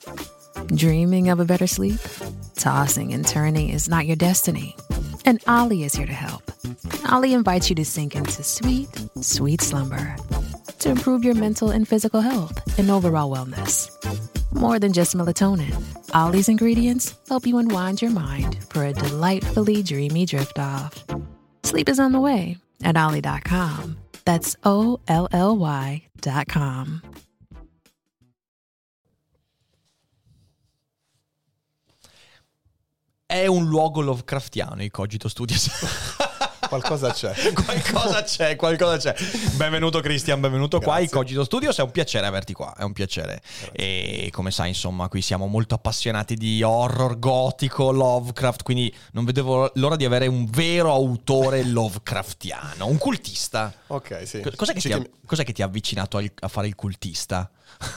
Dreaming of a better sleep? Tossing and turning is not your destiny. And Ollie is here to help. Ollie invites you to sink into sweet, sweet slumber to improve your mental and physical health and overall wellness. More than just melatonin, Ollie's ingredients help you unwind your mind for a delightfully dreamy drift off. Sleep is on the way at Ollie.com. That's OLLY.com. È un luogo Lovecraftiano i Cogito Studios. Qualcosa c'è. qualcosa c'è. Benvenuto Christian, benvenuto. Grazie. Qua i Cogito Studios, è un piacere averti qua, è un piacere. Grazie. E come sai, insomma, qui siamo molto appassionati di horror gotico, Lovecraft, quindi non vedevo l'ora di avere un vero autore Lovecraftiano, un cultista. Ok, sì. Cos'è che ti ha avvicinato a fare il cultista?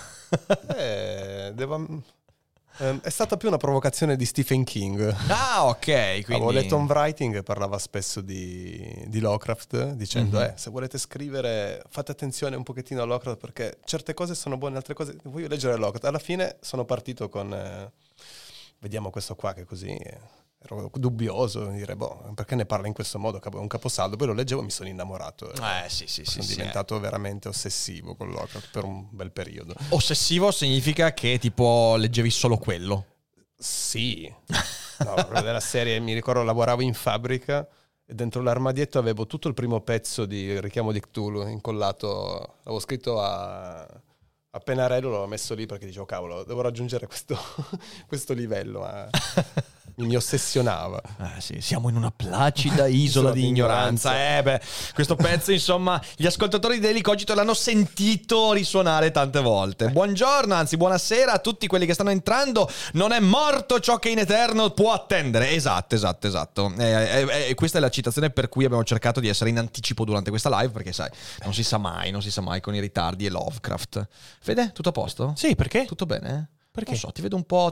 È stata più una provocazione di Stephen King. Ah, ok. Quindi... Avevo letto un writing che parlava spesso di Lovecraft, dicendo se volete scrivere fate attenzione un pochettino a Lovecraft, perché certe cose sono buone, altre cose voglio leggere Lovecraft. Alla fine sono partito con vediamo questo qua, che così ero dubbioso, dire perché ne parla in questo modo, è un caposaldo. Poi lo leggevo e mi sono innamorato. Sono diventato veramente ossessivo con Lovecraft per un bel periodo. Ossessivo significa che tipo leggevi solo quello? Sì. No, della serie, mi ricordo, lavoravo in fabbrica e dentro l'armadietto avevo tutto il primo pezzo di Richiamo di Cthulhu incollato, l'avevo scritto a pennarello, l'avevo messo lì perché dicevo cavolo, devo raggiungere questo livello. Mi ossessionava. Sì, siamo in una placida isola di ignoranza. Questo pezzo, insomma, gli ascoltatori di Daily Cogito l'hanno sentito risuonare tante volte. Buongiorno, anzi buonasera a tutti quelli che stanno entrando. Non è morto ciò che in eterno può attendere. Esatto. Questa è la citazione per cui abbiamo cercato di essere in anticipo durante questa live, perché sai, non si sa mai con i ritardi e Lovecraft. Fede, tutto a posto? Sì, perché? Tutto bene? Perché? Non so, ti vedo un po'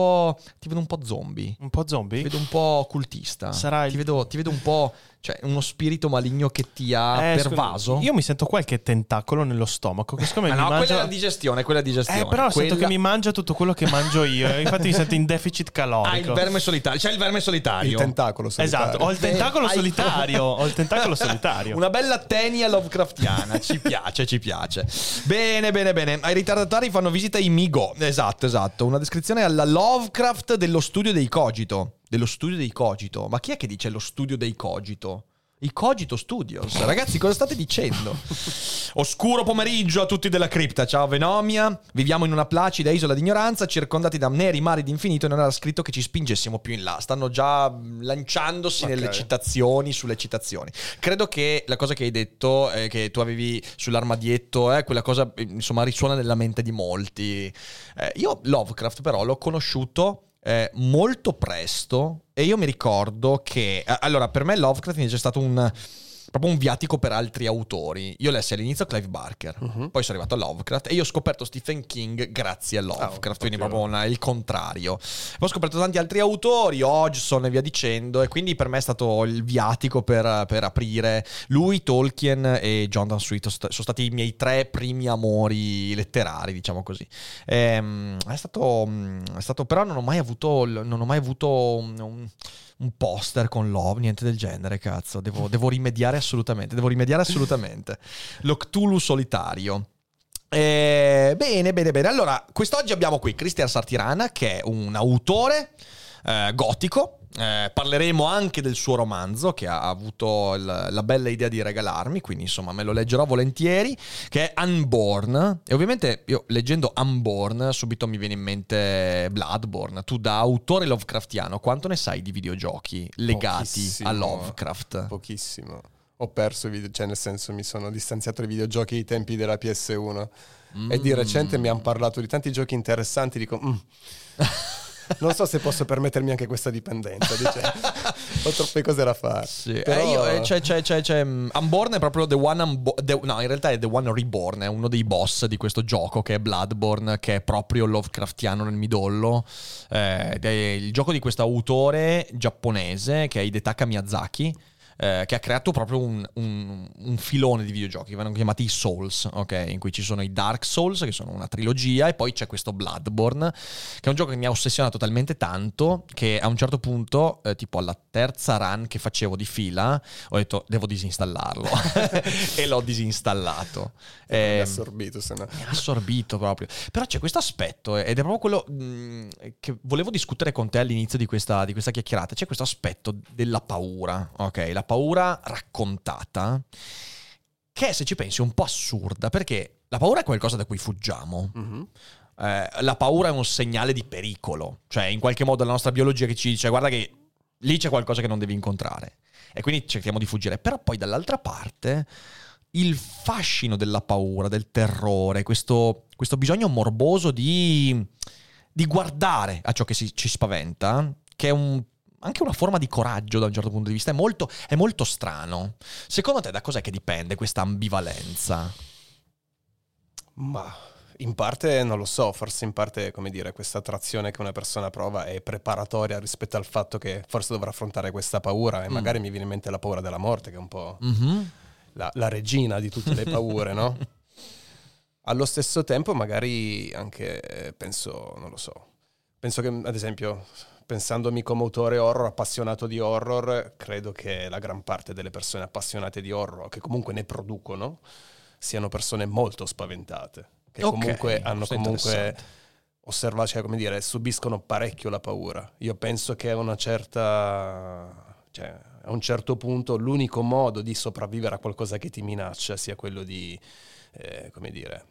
zombie. Un po' zombie? Ti vedo un po' cultista. Ti vedo un po', cioè, uno spirito maligno che ti ha pervaso. Io mi sento qualche tentacolo nello stomaco che siccome mi no, mangia... quella è la digestione. Però sento che mi mangia tutto quello che mangio io. Infatti mi sento in deficit calorico. Il verme solitario. C'è il verme solitario. Il tentacolo solitario. Esatto, ho il tentacolo solitario. Una bella tenia Lovecraftiana. Ci piace. Bene. Ai ritardatari fanno visita i Migo. Esatto. Una descrizione alla Lovecraft dello studio dei Cogito. Ma chi è che dice lo studio dei Cogito? I Cogito Studios. Ragazzi, cosa state dicendo? Oscuro pomeriggio a tutti della cripta. Ciao Venomia. Viviamo in una placida isola di ignoranza, circondati da neri mari d'infinito, e non era scritto che ci spingessimo più in là. Stanno già lanciandosi nelle citazioni sulle citazioni. Credo che la cosa che hai detto, che tu avevi sull'armadietto, quella cosa, insomma, risuona nella mente di molti. Io Lovecraft però l'ho conosciuto molto presto, e io mi ricordo che allora per me Lovecraft è stato proprio un viatico per altri autori. Io lessi all'inizio Clive Barker, poi sono arrivato a Lovecraft e io ho scoperto Stephen King grazie a Lovecraft, quindi proprio il contrario. Poi ho scoperto tanti altri autori, Hodgson e via dicendo, e quindi per me è stato il viatico per aprire. Lui, Tolkien e Jonathan Swift sono stati i miei 3 primi amori letterari, diciamo così. È stato però non ho mai avuto un poster con Love, niente del genere, cazzo. Devo rimediare assolutamente. Lo Cthulhu solitario. Bene. Allora, quest'oggi abbiamo qui Christian Sartirana, che è un autore gotico. Parleremo anche del suo romanzo che ha avuto la bella idea di regalarmi, quindi insomma me lo leggerò volentieri, che è Unborn. E ovviamente io leggendo Unborn subito mi viene in mente Bloodborne. Tu da autore Lovecraftiano quanto ne sai di videogiochi legati a Lovecraft? Pochissimo. Ho perso cioè nel senso mi sono distanziato dai videogiochi ai tempi della PS1 e di recente mi hanno parlato di tanti giochi interessanti, dico non so se posso permettermi anche questa dipendenza, ho troppe cose da fare. Sì. Però... c'è Unborn è proprio The One no, in realtà è The One Reborn, è uno dei boss di questo gioco, che è Bloodborne, che è proprio Lovecraftiano nel midollo. È il gioco di questo autore giapponese che è Hidetaka Miyazaki. che ha creato proprio un filone di videogiochi che vengono chiamati i Souls, ok? In cui ci sono i Dark Souls, che sono una trilogia, e poi c'è questo Bloodborne, che è un gioco che mi ha ossessionato talmente tanto che a un certo punto, tipo alla terza run che facevo di fila, ho detto devo disinstallarlo e l'ho disinstallato. Mi ha assorbito, se no. Mi ha assorbito proprio. Però c'è questo aspetto, ed è proprio quello che volevo discutere con te all'inizio di questa chiacchierata. C'è questo aspetto della paura, ok? La paura raccontata, che se ci pensi è un po' assurda, perché la paura è qualcosa da cui fuggiamo. Mm-hmm. La paura è un segnale di pericolo, cioè in qualche modo la nostra biologia che ci dice guarda che lì c'è qualcosa che non devi incontrare, e quindi cerchiamo di fuggire. Però poi dall'altra parte il fascino della paura, del terrore, questo bisogno morboso di guardare a ciò che ci spaventa, che è anche una forma di coraggio da un certo punto di vista, è molto strano. Secondo te da cos'è che dipende questa ambivalenza? Ma in parte non lo so, forse in parte, come dire, questa attrazione che una persona prova è preparatoria rispetto al fatto che forse dovrà affrontare questa paura, e magari mi viene in mente la paura della morte, che è un po' la regina di tutte le paure, no? Allo stesso tempo magari anche penso che, ad esempio, pensandomi come autore horror, appassionato di horror, credo che la gran parte delle persone appassionate di horror, che comunque ne producono, siano persone molto spaventate, che comunque hanno comunque osservato, cioè, come dire, subiscono parecchio la paura. Io penso che a un certo punto l'unico modo di sopravvivere a qualcosa che ti minaccia sia quello di, come dire,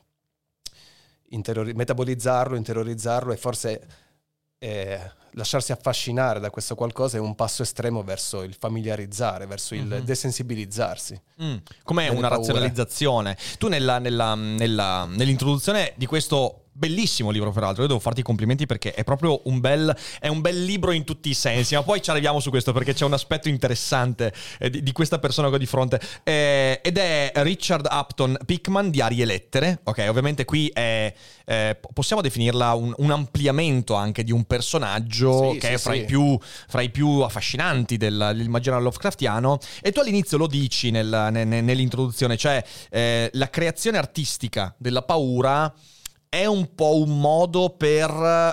metabolizzarlo, interiorizzarlo, e forse lasciarsi affascinare da questo qualcosa è un passo estremo verso il familiarizzare, verso il desensibilizzarsi. Com'è una razionalizzazione? Tu nell'introduzione di questo bellissimo libro, peraltro, io devo farti i complimenti perché è proprio un bel libro in tutti i sensi, ma poi ci arriviamo su questo perché c'è un aspetto interessante di questa persona che ho di fronte, ed è Richard Upton Pickman di Arie Lettere, ok? Ovviamente qui possiamo definirla un ampliamento anche di un personaggio che è fra i più affascinanti dell'immaginario Lovecraftiano, e tu all'inizio lo dici nell'introduzione, cioè la creazione artistica della paura è un po' un modo per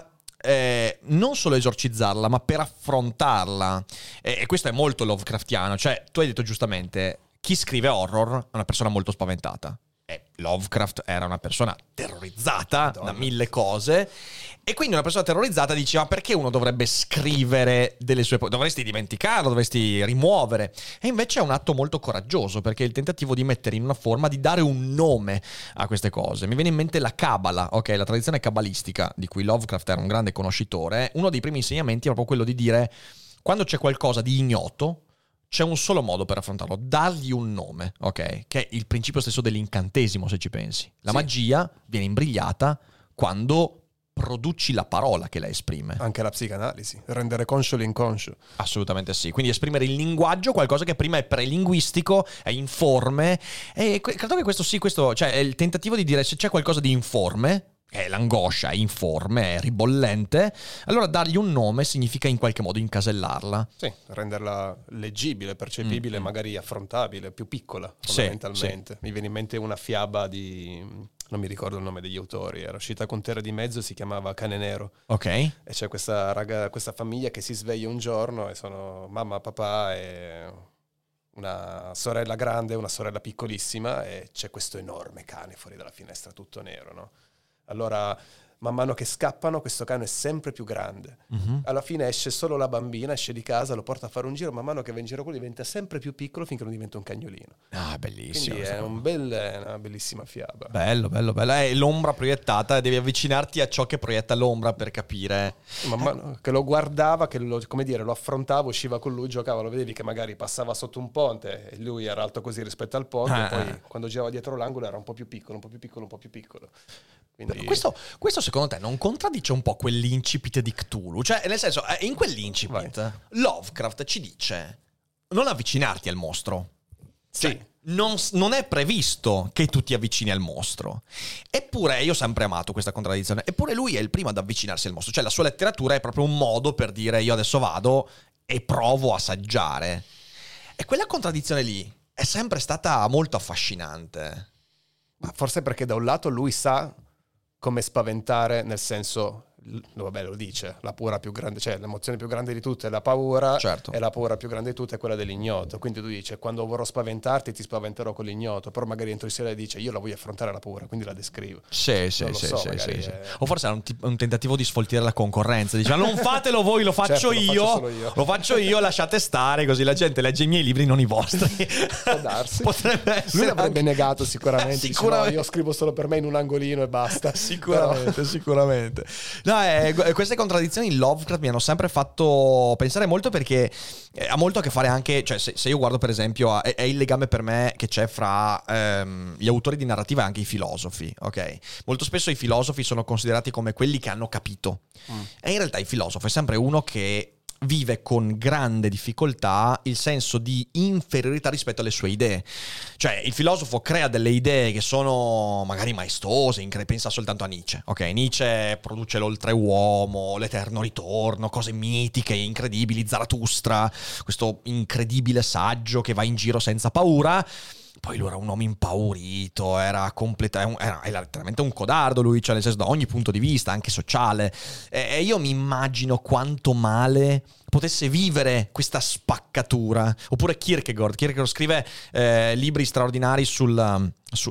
non solo esorcizzarla, ma per affrontarla. E questo è molto Lovecraftiano. Cioè, tu hai detto giustamente, chi scrive horror è una persona molto spaventata. Lovecraft era una persona terrorizzata da mille cose, e quindi una persona terrorizzata dice: ma perché uno dovrebbe scrivere delle sue dovresti dimenticarlo, dovresti rimuovere. E invece è un atto molto coraggioso, perché è il tentativo di mettere in una forma, di dare un nome a queste cose. Mi viene in mente la Kabbalah, ok? La tradizione cabalistica di cui Lovecraft era un grande conoscitore. Uno dei primi insegnamenti è proprio quello di dire: quando c'è qualcosa di ignoto, c'è un solo modo per affrontarlo: dargli un nome, ok? Che è il principio stesso dell'incantesimo, se ci pensi. La magia viene imbrigliata quando produci la parola che la esprime. Anche la psicanalisi, rendere conscio l'inconscio. Assolutamente sì. Quindi esprimere il linguaggio, qualcosa che prima è prelinguistico, è informe. E credo che questo, cioè, è il tentativo di dire: se c'è qualcosa di informe, è l'angoscia, è informe, è ribollente, allora dargli un nome significa in qualche modo incasellarla. Sì, renderla leggibile, percepibile, magari affrontabile, più piccola, fondamentalmente. Sì. Mi viene in mente una fiaba non mi ricordo il nome degli autori, era uscita con Terra di Mezzo, si chiamava Cane Nero. Ok. E c'è questa famiglia che si sveglia un giorno e sono mamma, papà e una sorella grande e una sorella piccolissima, e c'è questo enorme cane fuori dalla finestra, tutto nero, no? Allora, man mano che scappano, questo cane è sempre più grande. Alla fine esce solo la bambina, esce di casa, lo porta a fare un giro, man mano che va in giro quello diventa sempre più piccolo finché non diventa un cagnolino. Ah, bellissimo. Quindi è una bellissima fiaba. Bello. È l'ombra proiettata, devi avvicinarti a ciò che proietta l'ombra per capire. Man mano che lo guardava, che lo affrontava, usciva con lui, giocava, lo vedevi che magari passava sotto un ponte e lui era alto così rispetto al ponte, e poi quando girava dietro l'angolo era un po' più piccolo. Quindi... Questo secondo te non contraddice un po' quell'incipit di Cthulhu? Cioè, nel senso, in quell'incipit Lovecraft ci dice: non avvicinarti al mostro. Cioè, non è previsto che tu ti avvicini al mostro. Eppure, io ho sempre amato questa contraddizione, eppure lui è il primo ad avvicinarsi al mostro. Cioè, la sua letteratura è proprio un modo per dire: io adesso vado e provo a assaggiare. E quella contraddizione lì è sempre stata molto affascinante. Ma forse perché da un lato lui sa come spaventare, nel senso, vabbè, lo dice, la paura più grande, cioè l'emozione più grande di tutte è la paura, Certo. e la paura più grande di tutte è quella dell'ignoto. Quindi lui dice, quando vorrò spaventarti ti spaventerò con l'ignoto, però magari entro di sé dice, io la voglio affrontare la paura, quindi la descrivo. Sì. Non lo so, magari è- O forse era un tentativo di sfoltire la concorrenza. Dice, non fatelo voi, lo faccio Certo, lo io. faccio solo io. Lo faccio io, lasciate stare, così la gente legge i miei libri, non i vostri. Può darsi. Potrebbe essere. Lui l'avrebbe anche- negato sicuramente. Dice, Sicuramente. no, io scrivo solo per me in un angolino e basta. Sicuramente. No, queste contraddizioni in Lovecraft mi hanno sempre fatto pensare molto, perché ha molto a che fare anche, cioè se io guardo per esempio, è il legame per me che c'è fra gli autori di narrativa e anche i filosofi, ok? Molto spesso i filosofi sono considerati come quelli che hanno capito. E in realtà il filosofo è sempre uno che vive con grande difficoltà il senso di inferiorità rispetto alle sue idee. Cioè il filosofo crea delle idee che sono magari maestose, pensa soltanto a Nietzsche, ok? Nietzsche produce l'oltreuomo, l'eterno ritorno, cose mitiche, incredibili, Zarathustra, questo incredibile saggio che va in giro senza paura. Poi lui era un uomo impaurito, era letteralmente un codardo lui, cioè nel senso da ogni punto di vista, anche sociale. E io mi immagino quanto male potesse vivere questa spaccatura. Oppure Kierkegaard scrive libri straordinari sulla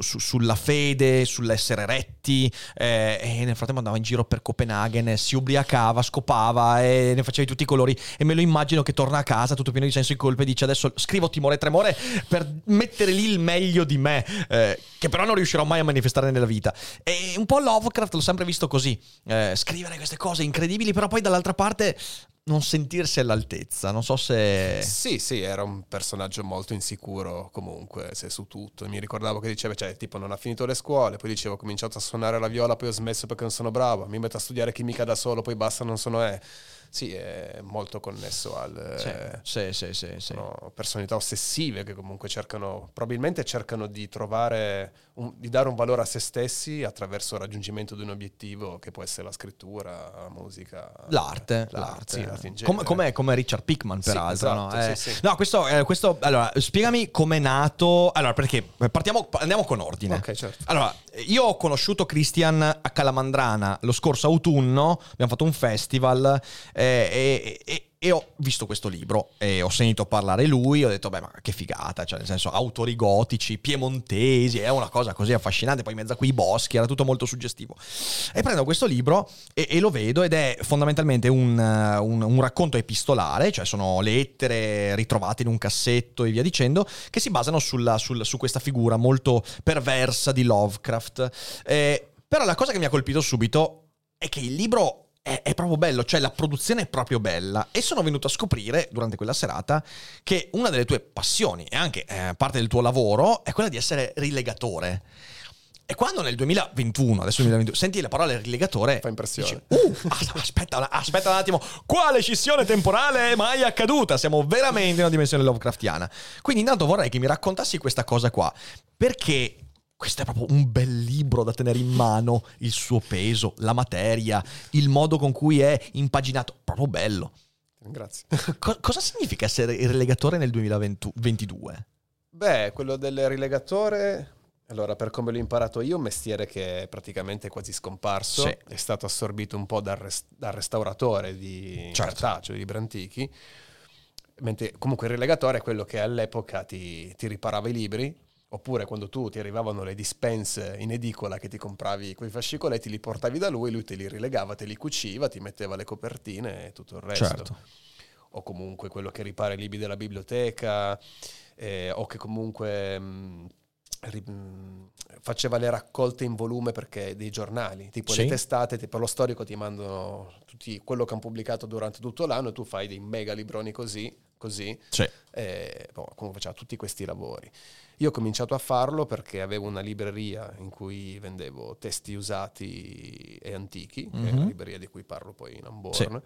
fede, sull'essere retti, e nel frattempo andava in giro per Copenaghen, si ubriacava, scopava e ne faceva di tutti i colori, e me lo immagino che torna a casa tutto pieno di senso di colpa e dice, adesso scrivo Timore e Tremore per mettere lì il meglio di me, che però non riuscirò mai a manifestare nella vita. E un po' Lovecraft l'ho sempre visto così, scrivere queste cose incredibili, però poi dall'altra parte non sentirsi all'altezza. Non so se... Sì, era un personaggio molto insicuro comunque, se su tutto. Mi ricordavo che diceva, cioè, tipo, non ha finito le scuole, poi dicevo, ho cominciato a suonare la viola, poi ho smesso perché non sono bravo, mi metto a studiare chimica da solo, poi basta, non sono... Sì, è molto connesso al... Sì. Sono personalità ossessive che comunque probabilmente cercano di trovare, di dare un valore a se stessi attraverso il raggiungimento di un obiettivo che può essere la scrittura, la musica, l'arte. Sì, l'arte in genere. Come Richard Pickman, Sì, peraltro. esatto, no? sì. No, questo allora, spiegami com'è nato. Allora, perché andiamo con ordine. Ok, certo. Allora, io ho conosciuto Christian a Calamandrana lo scorso autunno, abbiamo fatto un festival, e ho visto questo libro e ho sentito parlare lui, ho detto, beh, ma che figata, cioè nel senso, autori gotici, piemontesi, è una cosa così affascinante, poi in mezzo a quei boschi, era tutto molto suggestivo. E prendo questo libro e lo vedo, ed è fondamentalmente un racconto epistolare, cioè sono lettere ritrovate in un cassetto e via dicendo, che si basano su questa figura molto perversa di Lovecraft. Però la cosa che mi ha colpito subito è che il libro è proprio bello, cioè la produzione è proprio bella, e sono venuto a scoprire durante quella serata che una delle tue passioni e anche parte del tuo lavoro è quella di essere rilegatore. E quando nel 2021, adesso 2022, senti la parola rilegatore, Fa impressione. dici, aspetta un attimo, quale scissione temporale è mai accaduta? Siamo veramente in una dimensione Lovecraftiana. Quindi intanto vorrei che mi raccontassi questa cosa qua, perché questo è proprio un bel libro da tenere in mano, il suo peso, la materia, il modo con cui è impaginato, proprio bello. Grazie. Cosa significa essere il rilegatore nel 2022? Beh, quello del rilegatore, allora, per come l'ho imparato io, un mestiere che è praticamente quasi scomparso, Sì. è stato assorbito un po' dal restauratore di cartaceo, di libri antichi, mentre comunque il rilegatore è quello che all'epoca ti riparava i libri, oppure quando ti arrivavano le dispense in edicola che ti compravi quei fascicoletti, li portavi da lui te li rilegava, te li cuciva, ti metteva le copertine e tutto il resto. Certo. O comunque quello che ripara i libri della biblioteca, o che comunque faceva le raccolte in volume perché dei giornali, tipo Sì. le testate, tipo lo storico ti mandano tutti quello che hanno pubblicato durante tutto l'anno e tu fai dei mega libroni così, Sì. comunque faceva tutti questi lavori. Io ho cominciato a farlo perché avevo una libreria in cui vendevo testi usati e antichi, che è la libreria di cui parlo poi in Amborn.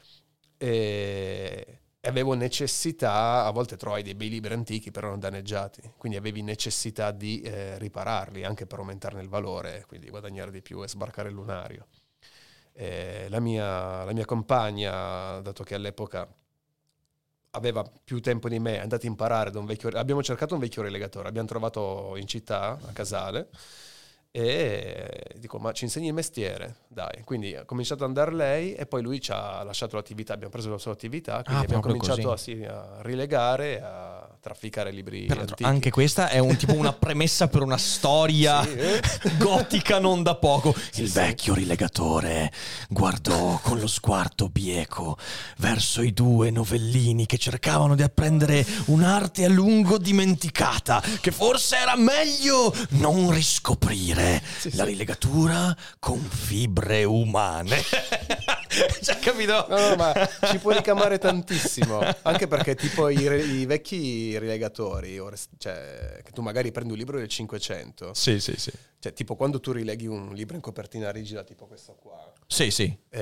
E avevo necessità, a volte trovi dei bei libri antichi però non danneggiati, quindi avevi necessità di ripararli anche per aumentarne il valore, quindi guadagnare di più e sbarcare il lunario. La mia compagna, dato che all'epoca aveva più tempo di me, è andato a imparare da un vecchio... Abbiamo cercato un vecchio rilegatore, abbiamo trovato in città, a Casale, e dico, ma ci insegni il mestiere? Dai, quindi ha cominciato ad andare lei e poi lui ci ha lasciato l'attività, abbiamo preso la sua attività, quindi abbiamo cominciato a rilegare, a trafficare libri antichi. Anche questa è un tipo una premessa per una storia gotica non da poco. Il vecchio rilegatore guardò con lo sguardo bieco verso i due novellini che cercavano di apprendere un'arte a lungo dimenticata, che forse era meglio non riscoprire. La rilegatura con fibre umane. Cioè, capito? No, ma ci può ricamare tantissimo, anche perché tipo i vecchi rilegatori, cioè che tu magari prendi un libro del 500. Sì. Cioè, tipo quando tu rileghi un libro in copertina rigida, tipo questo qua. Sì.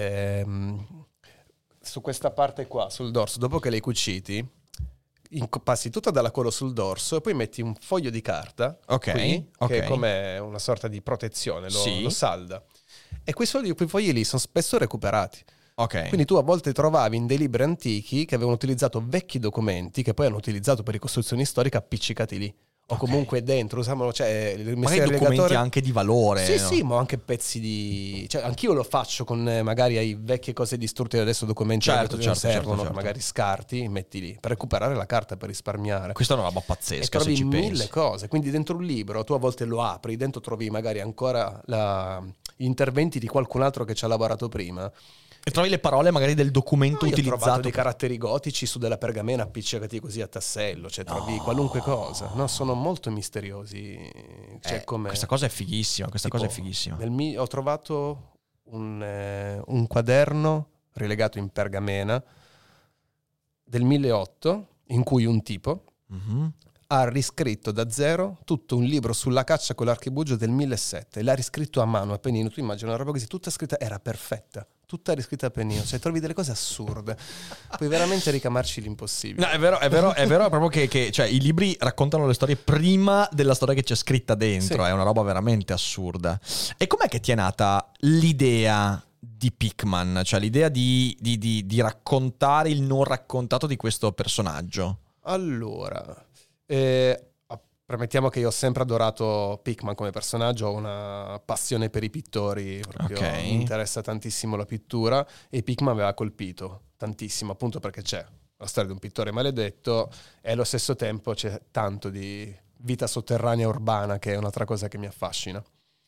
Su questa parte qua, sul dorso, dopo che li hai cuciti, passi tutta dalla colla sul dorso e poi metti un foglio di carta che è come una sorta di protezione, lo salda, e quei fogli lì sono spesso recuperati. Quindi tu a volte trovavi in dei libri antichi che avevano utilizzato vecchi documenti che poi hanno utilizzato per ricostruzioni storiche appiccicati lì. O comunque dentro usavano, cioè, il magari documenti anche di valore. Sì, ma anche pezzi di... Cioè, anch'io lo faccio con magari ai vecchie cose distrutte adesso, documenti che servono, magari scarti, metti lì, per recuperare la carta, per risparmiare. Questa è una roba pazzesca, e trovi se ci mille pensi. cose. Quindi dentro un libro, tu a volte lo apri, dentro trovi magari ancora gli interventi di qualcun altro che ci ha lavorato prima. E trovi le parole magari del documento utilizzato. Ho trovato dei caratteri gotici su della pergamena appiccicati così a tassello, cioè trovi qualunque cosa. No, sono molto misteriosi. Cioè, questa cosa è fighissima, Ho trovato un quaderno rilegato in pergamena del 1800 in cui un tipo ha riscritto da zero tutto un libro sulla caccia con l'archibugio del 1700 e l'ha riscritto a mano a pennino. Tu immagini una roba così, tutta scritta, era perfetta, tutta riscritta a pennino, cioè trovi delle cose assurde, puoi veramente ricamarci l'impossibile. No, è vero proprio che cioè, i libri raccontano le storie prima della storia che c'è scritta dentro, è una roba veramente assurda. E com'è che ti è nata l'idea di Pickman, cioè l'idea di raccontare il non raccontato di questo personaggio? Allora, premettiamo che io ho sempre adorato Pickman come personaggio, ho una passione per i pittori, proprio mi interessa tantissimo la pittura, e Pickman mi aveva colpito tantissimo, appunto perché c'è la storia di un pittore maledetto e allo stesso tempo c'è tanto di vita sotterranea urbana, che è un'altra cosa che mi affascina.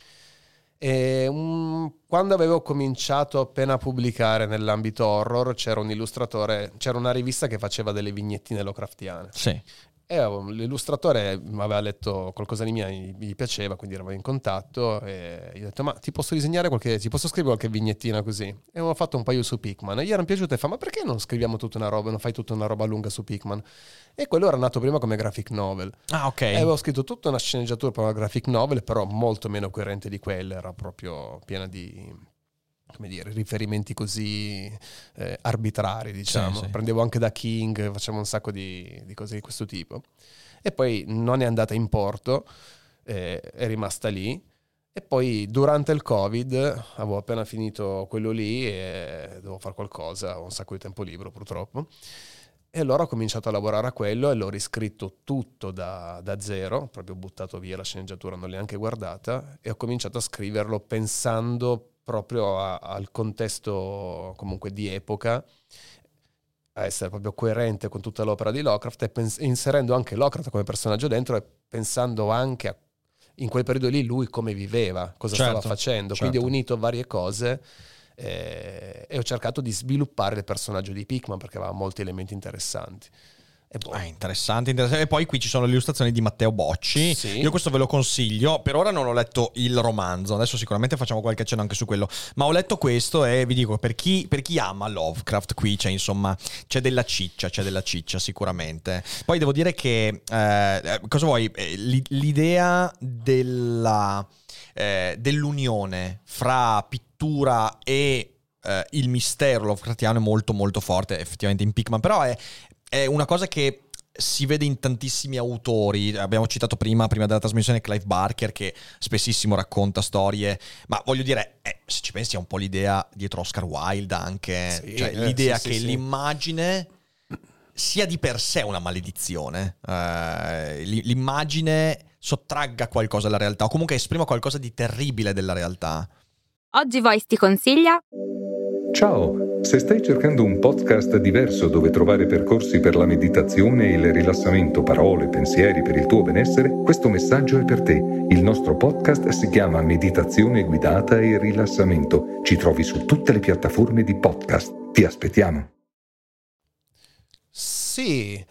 E quando avevo cominciato appena a pubblicare nell'ambito horror, c'era un illustratore, c'era una rivista che faceva delle vignettine Lovecraftiane. Sì. E l'illustratore mi aveva letto qualcosa di mia, gli piaceva, quindi eravamo in contatto e gli ho detto: ma ti posso scrivere qualche vignettina così? E avevo fatto un paio su Pickman e gli erano piaciute, e fa: ma perché non scriviamo tutta una roba, non fai tutta una roba lunga su Pickman? E quello era nato prima come graphic novel. E avevo scritto tutta una sceneggiatura per una graphic novel, però molto meno coerente di quella, era proprio piena di, come dire, riferimenti così arbitrari, diciamo. Sì. Prendevo anche da King, facevo un sacco di cose di questo tipo. E poi non è andata in porto, è rimasta lì. E poi durante il Covid avevo appena finito quello lì e dovevo fare qualcosa, ho un sacco di tempo libero purtroppo. E allora ho cominciato a lavorare a quello e l'ho riscritto tutto da zero, proprio buttato via la sceneggiatura, non l'ho neanche guardata, e ho cominciato a scriverlo pensando proprio al contesto comunque di epoca, a essere proprio coerente con tutta l'opera di Lovecraft e inserendo anche Lovecraft come personaggio dentro e pensando anche in quel periodo lì lui come viveva, cosa stava facendo. Quindi ho unito varie cose e ho cercato di sviluppare il personaggio di Pickman perché aveva molti elementi interessanti. Interessante. E poi qui ci sono le illustrazioni di Matteo Bocci. Io questo ve lo consiglio. Per ora non ho letto il romanzo, adesso sicuramente facciamo qualche accenno anche su quello, ma ho letto questo e vi dico, per chi ama Lovecraft, qui c'è della ciccia sicuramente. Poi devo dire che cosa vuoi, l'idea dell'unione fra pittura e il mistero Lovecraftiano è molto molto forte effettivamente in Pickman, però è una cosa che si vede in tantissimi autori. Abbiamo citato prima della trasmissione Clive Barker, che spessissimo racconta storie, ma voglio dire, se ci pensi è un po' l'idea dietro Oscar Wilde anche, l'idea che l'immagine sia di per sé una maledizione. L'immagine sottragga qualcosa alla realtà, o comunque esprima qualcosa di terribile della realtà. Oggi Voice ti consiglia... Ciao, se stai cercando un podcast diverso dove trovare percorsi per la meditazione e il rilassamento, parole, pensieri per il tuo benessere, questo messaggio è per te. Il nostro podcast si chiama Meditazione guidata e rilassamento. Ci trovi su tutte le piattaforme di podcast. Ti aspettiamo. Sì,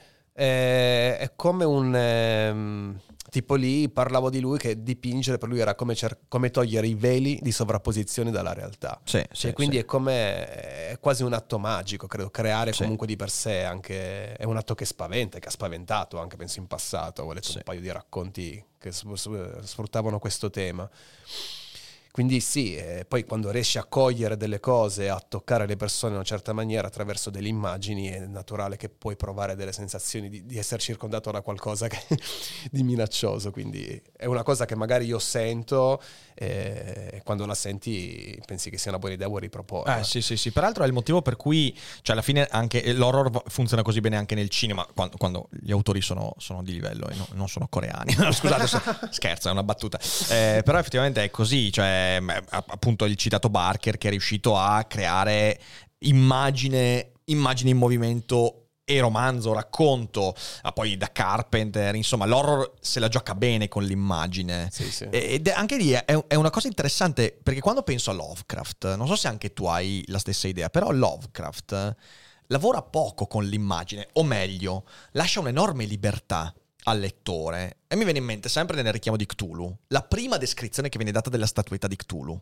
è come un... tipo lì parlavo di lui che dipingere per lui era come togliere i veli di sovrapposizione dalla realtà. Sì, quindi è quasi un atto magico, credo, creare comunque di per sé anche, è un atto che spaventa, che ha spaventato anche penso in passato. Ho letto un paio di racconti che sfruttavano questo tema. Quindi sì, poi quando riesci a cogliere delle cose, a toccare le persone in una certa maniera attraverso delle immagini, è naturale che puoi provare delle sensazioni di essere circondato da qualcosa di minaccioso. Quindi è una cosa che magari io sento e quando la senti pensi che sia una buona idea, vuoi riproporre. Sì. Peraltro è il motivo per cui, cioè alla fine anche l'horror funziona così bene anche nel cinema, quando gli autori sono di livello e non sono coreani. No, scusate, scherzo, è una battuta. Però effettivamente è così, cioè appunto il citato Barker che è riuscito a creare immagine in movimento e romanzo, racconto, poi da Carpenter, insomma l'horror se la gioca bene con l'immagine. Sì. Ed anche lì è una cosa interessante, perché quando penso a Lovecraft, non so se anche tu hai la stessa idea, però Lovecraft lavora poco con l'immagine, o meglio, lascia un'enorme libertà al lettore. E mi viene in mente sempre nel richiamo di Cthulhu, la prima descrizione che viene data della statuetta di Cthulhu.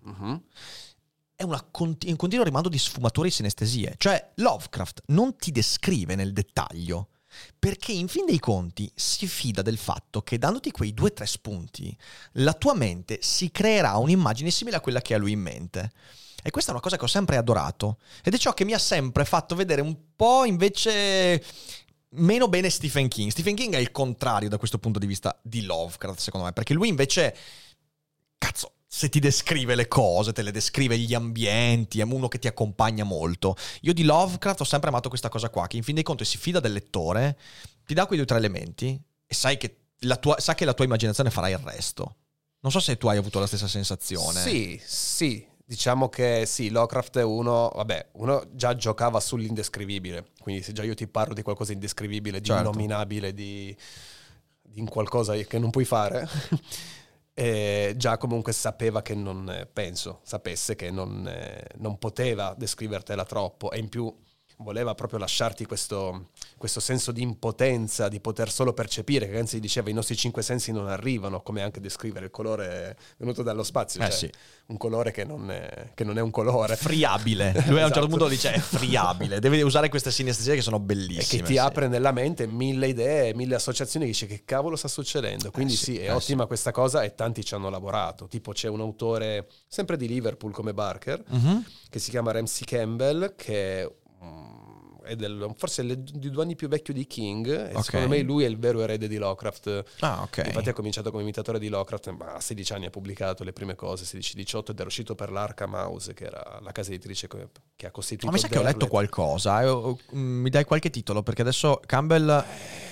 È un continuo rimando di sfumature e sinestesie. Cioè Lovecraft non ti descrive nel dettaglio, perché in fin dei conti si fida del fatto che dandoti quei 2-3 spunti la tua mente si creerà un'immagine simile a quella che ha lui in mente. E questa è una cosa che ho sempre adorato, ed è ciò che mi ha sempre fatto vedere un po' invece meno bene Stephen King. Stephen King è il contrario da questo punto di vista di Lovecraft, secondo me, perché lui invece, cazzo, se ti descrive le cose, te le descrive gli ambienti, è uno che ti accompagna molto. Io di Lovecraft ho sempre amato questa cosa qua, che in fin dei conti si fida del lettore, ti dà quei 2-3 elementi e sai che la tua immaginazione farà il resto. Non so se tu hai avuto la stessa sensazione. Sì. Diciamo che sì, Lovecraft è uno già giocava sull'indescrivibile, quindi se già io ti parlo di qualcosa di indescrivibile, di innominabile, di in qualcosa che non puoi fare, già comunque sapeva che sapesse che non poteva descrivertela troppo, e in più voleva proprio lasciarti questo senso di impotenza, di poter solo percepire, che anzi diceva i nostri 5 sensi non arrivano, come anche descrivere il colore venuto dallo spazio, un colore che non è un colore. Friabile. Lui a un certo punto dice è friabile, deve usare queste sinestesie che sono bellissime. E che ti apre nella mente 1000 idee, 1000 associazioni, dice che cavolo sta succedendo. Quindi è ottima questa cosa, e tanti ci hanno lavorato. Tipo c'è un autore sempre di Liverpool come Barker, che si chiama Ramsey Campbell, che è forse di 2 anni più vecchio di King, e secondo me lui è il vero erede di Lovecraft. Infatti ha cominciato come imitatore di Lovecraft, ma a 16 anni ha pubblicato le prime cose, 16-18, ed era uscito per l'Arkham House, che era la casa editrice che ha costituito. Ma mi sa che ho letto qualcosa, mi dai qualche titolo? Perché adesso Campbell ha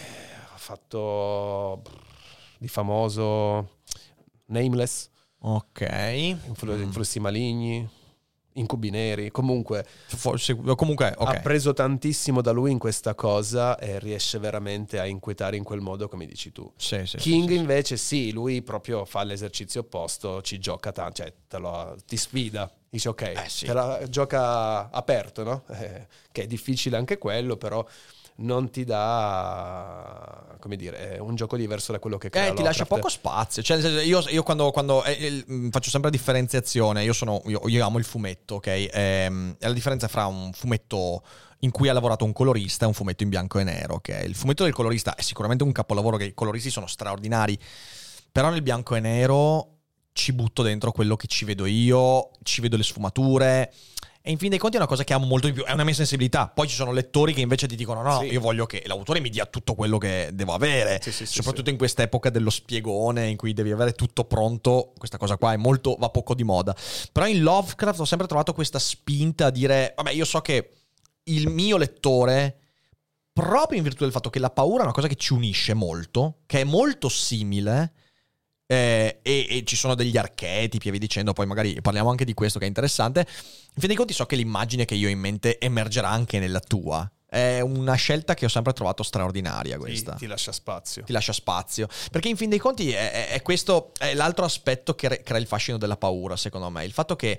fatto di famoso Nameless, Influssi maligni, Incubi neri, comunque ha preso tantissimo da lui in questa cosa e riesce veramente a inquietare in quel modo, come dici tu. King invece lui proprio fa l'esercizio opposto, ci gioca tanto, cioè ti sfida, dice te la gioca aperto, no? Che è difficile anche quello, però non ti dà, come dire, è un gioco diverso da quello che crea ti lascia poco spazio. Cioè, io quando faccio sempre differenziazione, io amo il fumetto, ok? E la differenza fra un fumetto in cui ha lavorato un colorista e un fumetto in bianco e nero, ok? Il fumetto del colorista è sicuramente un capolavoro, che i coloristi sono straordinari, però nel bianco e nero ci butto dentro quello che ci vedo io, ci vedo le sfumature. E in fin dei conti è una cosa che amo molto di più, è una mia sensibilità. Poi ci sono lettori che invece ti dicono no, io voglio che l'autore mi dia tutto quello che devo avere, soprattutto in quest'epoca dello spiegone in cui devi avere tutto pronto. Questa cosa qua va poco di moda. Però in Lovecraft ho sempre trovato questa spinta a dire vabbè, io so che il mio lettore proprio in virtù del fatto che la paura è una cosa che ci unisce molto, che è molto simile, e ci sono degli archetipi e via dicendo, poi magari parliamo anche di questo che è interessante. In fin dei conti so che l'immagine che io ho in mente emergerà anche nella tua. È una scelta che ho sempre trovato straordinaria questa. Ti lascia spazio. Ti lascia spazio. Perché in fin dei conti è questo, è l'altro aspetto che crea il fascino della paura, secondo me. Il fatto che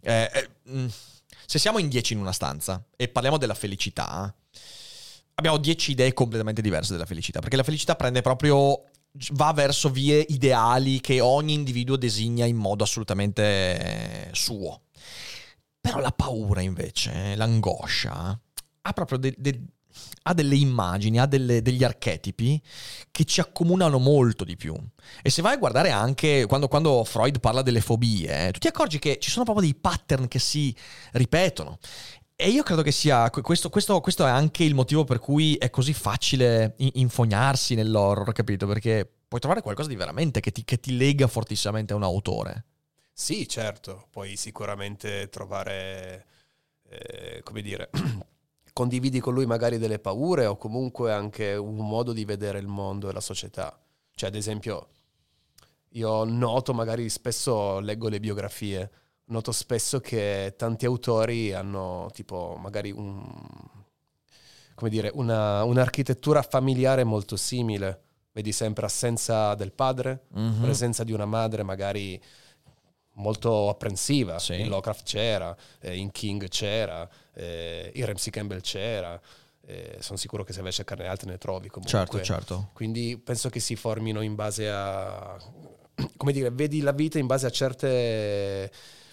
se siamo in 10 in una stanza e parliamo della felicità, abbiamo 10 idee completamente diverse della felicità. Perché la felicità va verso vie ideali che ogni individuo designa in modo assolutamente suo. Però la paura invece, l'angoscia, ha proprio ha delle immagini, ha degli archetipi che ci accomunano molto di più. E se vai a guardare anche quando Freud parla delle fobie, tu ti accorgi che ci sono proprio dei pattern che si ripetono. E io credo che sia questo è anche il motivo per cui è così facile infognarsi nell'horror, capito? Perché puoi trovare qualcosa di veramente che ti lega fortissimamente a un autore. Sì, certo, puoi sicuramente trovare, come dire, condividi con lui magari delle paure o comunque anche un modo di vedere il mondo e la società. Cioè, ad esempio, io noto, magari spesso leggo le biografie, noto spesso che tanti autori hanno tipo magari un'architettura familiare molto simile. Vedi sempre assenza del padre, presenza di una madre magari molto apprensiva. Sì. In Lovecraft c'era, in King c'era, in Ramsey Campbell c'era. Sono sicuro che se vai a cercarne altri ne trovi comunque. Certo. Quindi penso che si formino in base a, come dire, vedi la vita in base a certe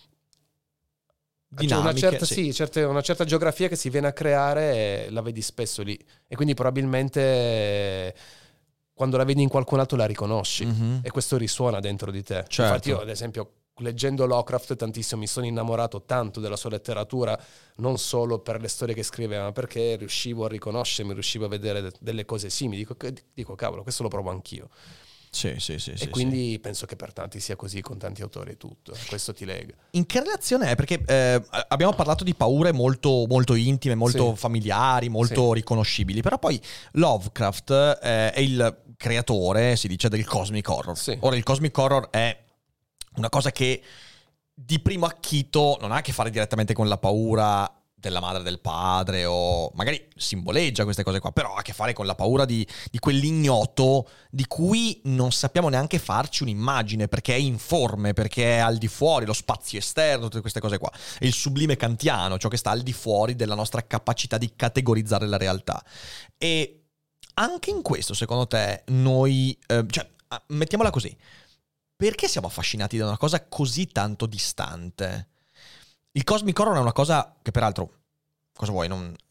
dinamiche, una certa geografia che si viene a creare, e la vedi spesso lì. E quindi probabilmente quando la vedi in qualcun altro la riconosci, e questo risuona dentro di te. Certo. Infatti io, ad esempio, leggendo Lovecraft tantissimo mi sono innamorato tanto della sua letteratura, non solo per le storie che scriveva, ma perché riuscivo a riconoscermi, riuscivo a vedere delle cose simili. Dico cavolo, questo lo provo anch'io. Sì. E quindi penso che per tanti sia così, con tanti autori e tutto. Questo ti lega. In che relazione è? Perché abbiamo parlato di paure molto, molto intime, molto familiari, molto riconoscibili. Però poi Lovecraft è il creatore, si dice, del cosmic horror. Sì. Ora, il cosmic horror è una cosa che di primo acchito non ha a che fare direttamente con la paura della madre, del padre, o magari simboleggia queste cose qua, però ha a che fare con la paura di quell'ignoto di cui non sappiamo neanche farci un'immagine, perché è informe, perché è al di fuori, lo spazio esterno, tutte queste cose qua. È il sublime kantiano, ciò che sta al di fuori della nostra capacità di categorizzare la realtà. E anche in questo, secondo te, noi, mettiamola così, perché siamo affascinati da una cosa così tanto distante? Il cosmic horror è una cosa che, peraltro, cosa vuoi,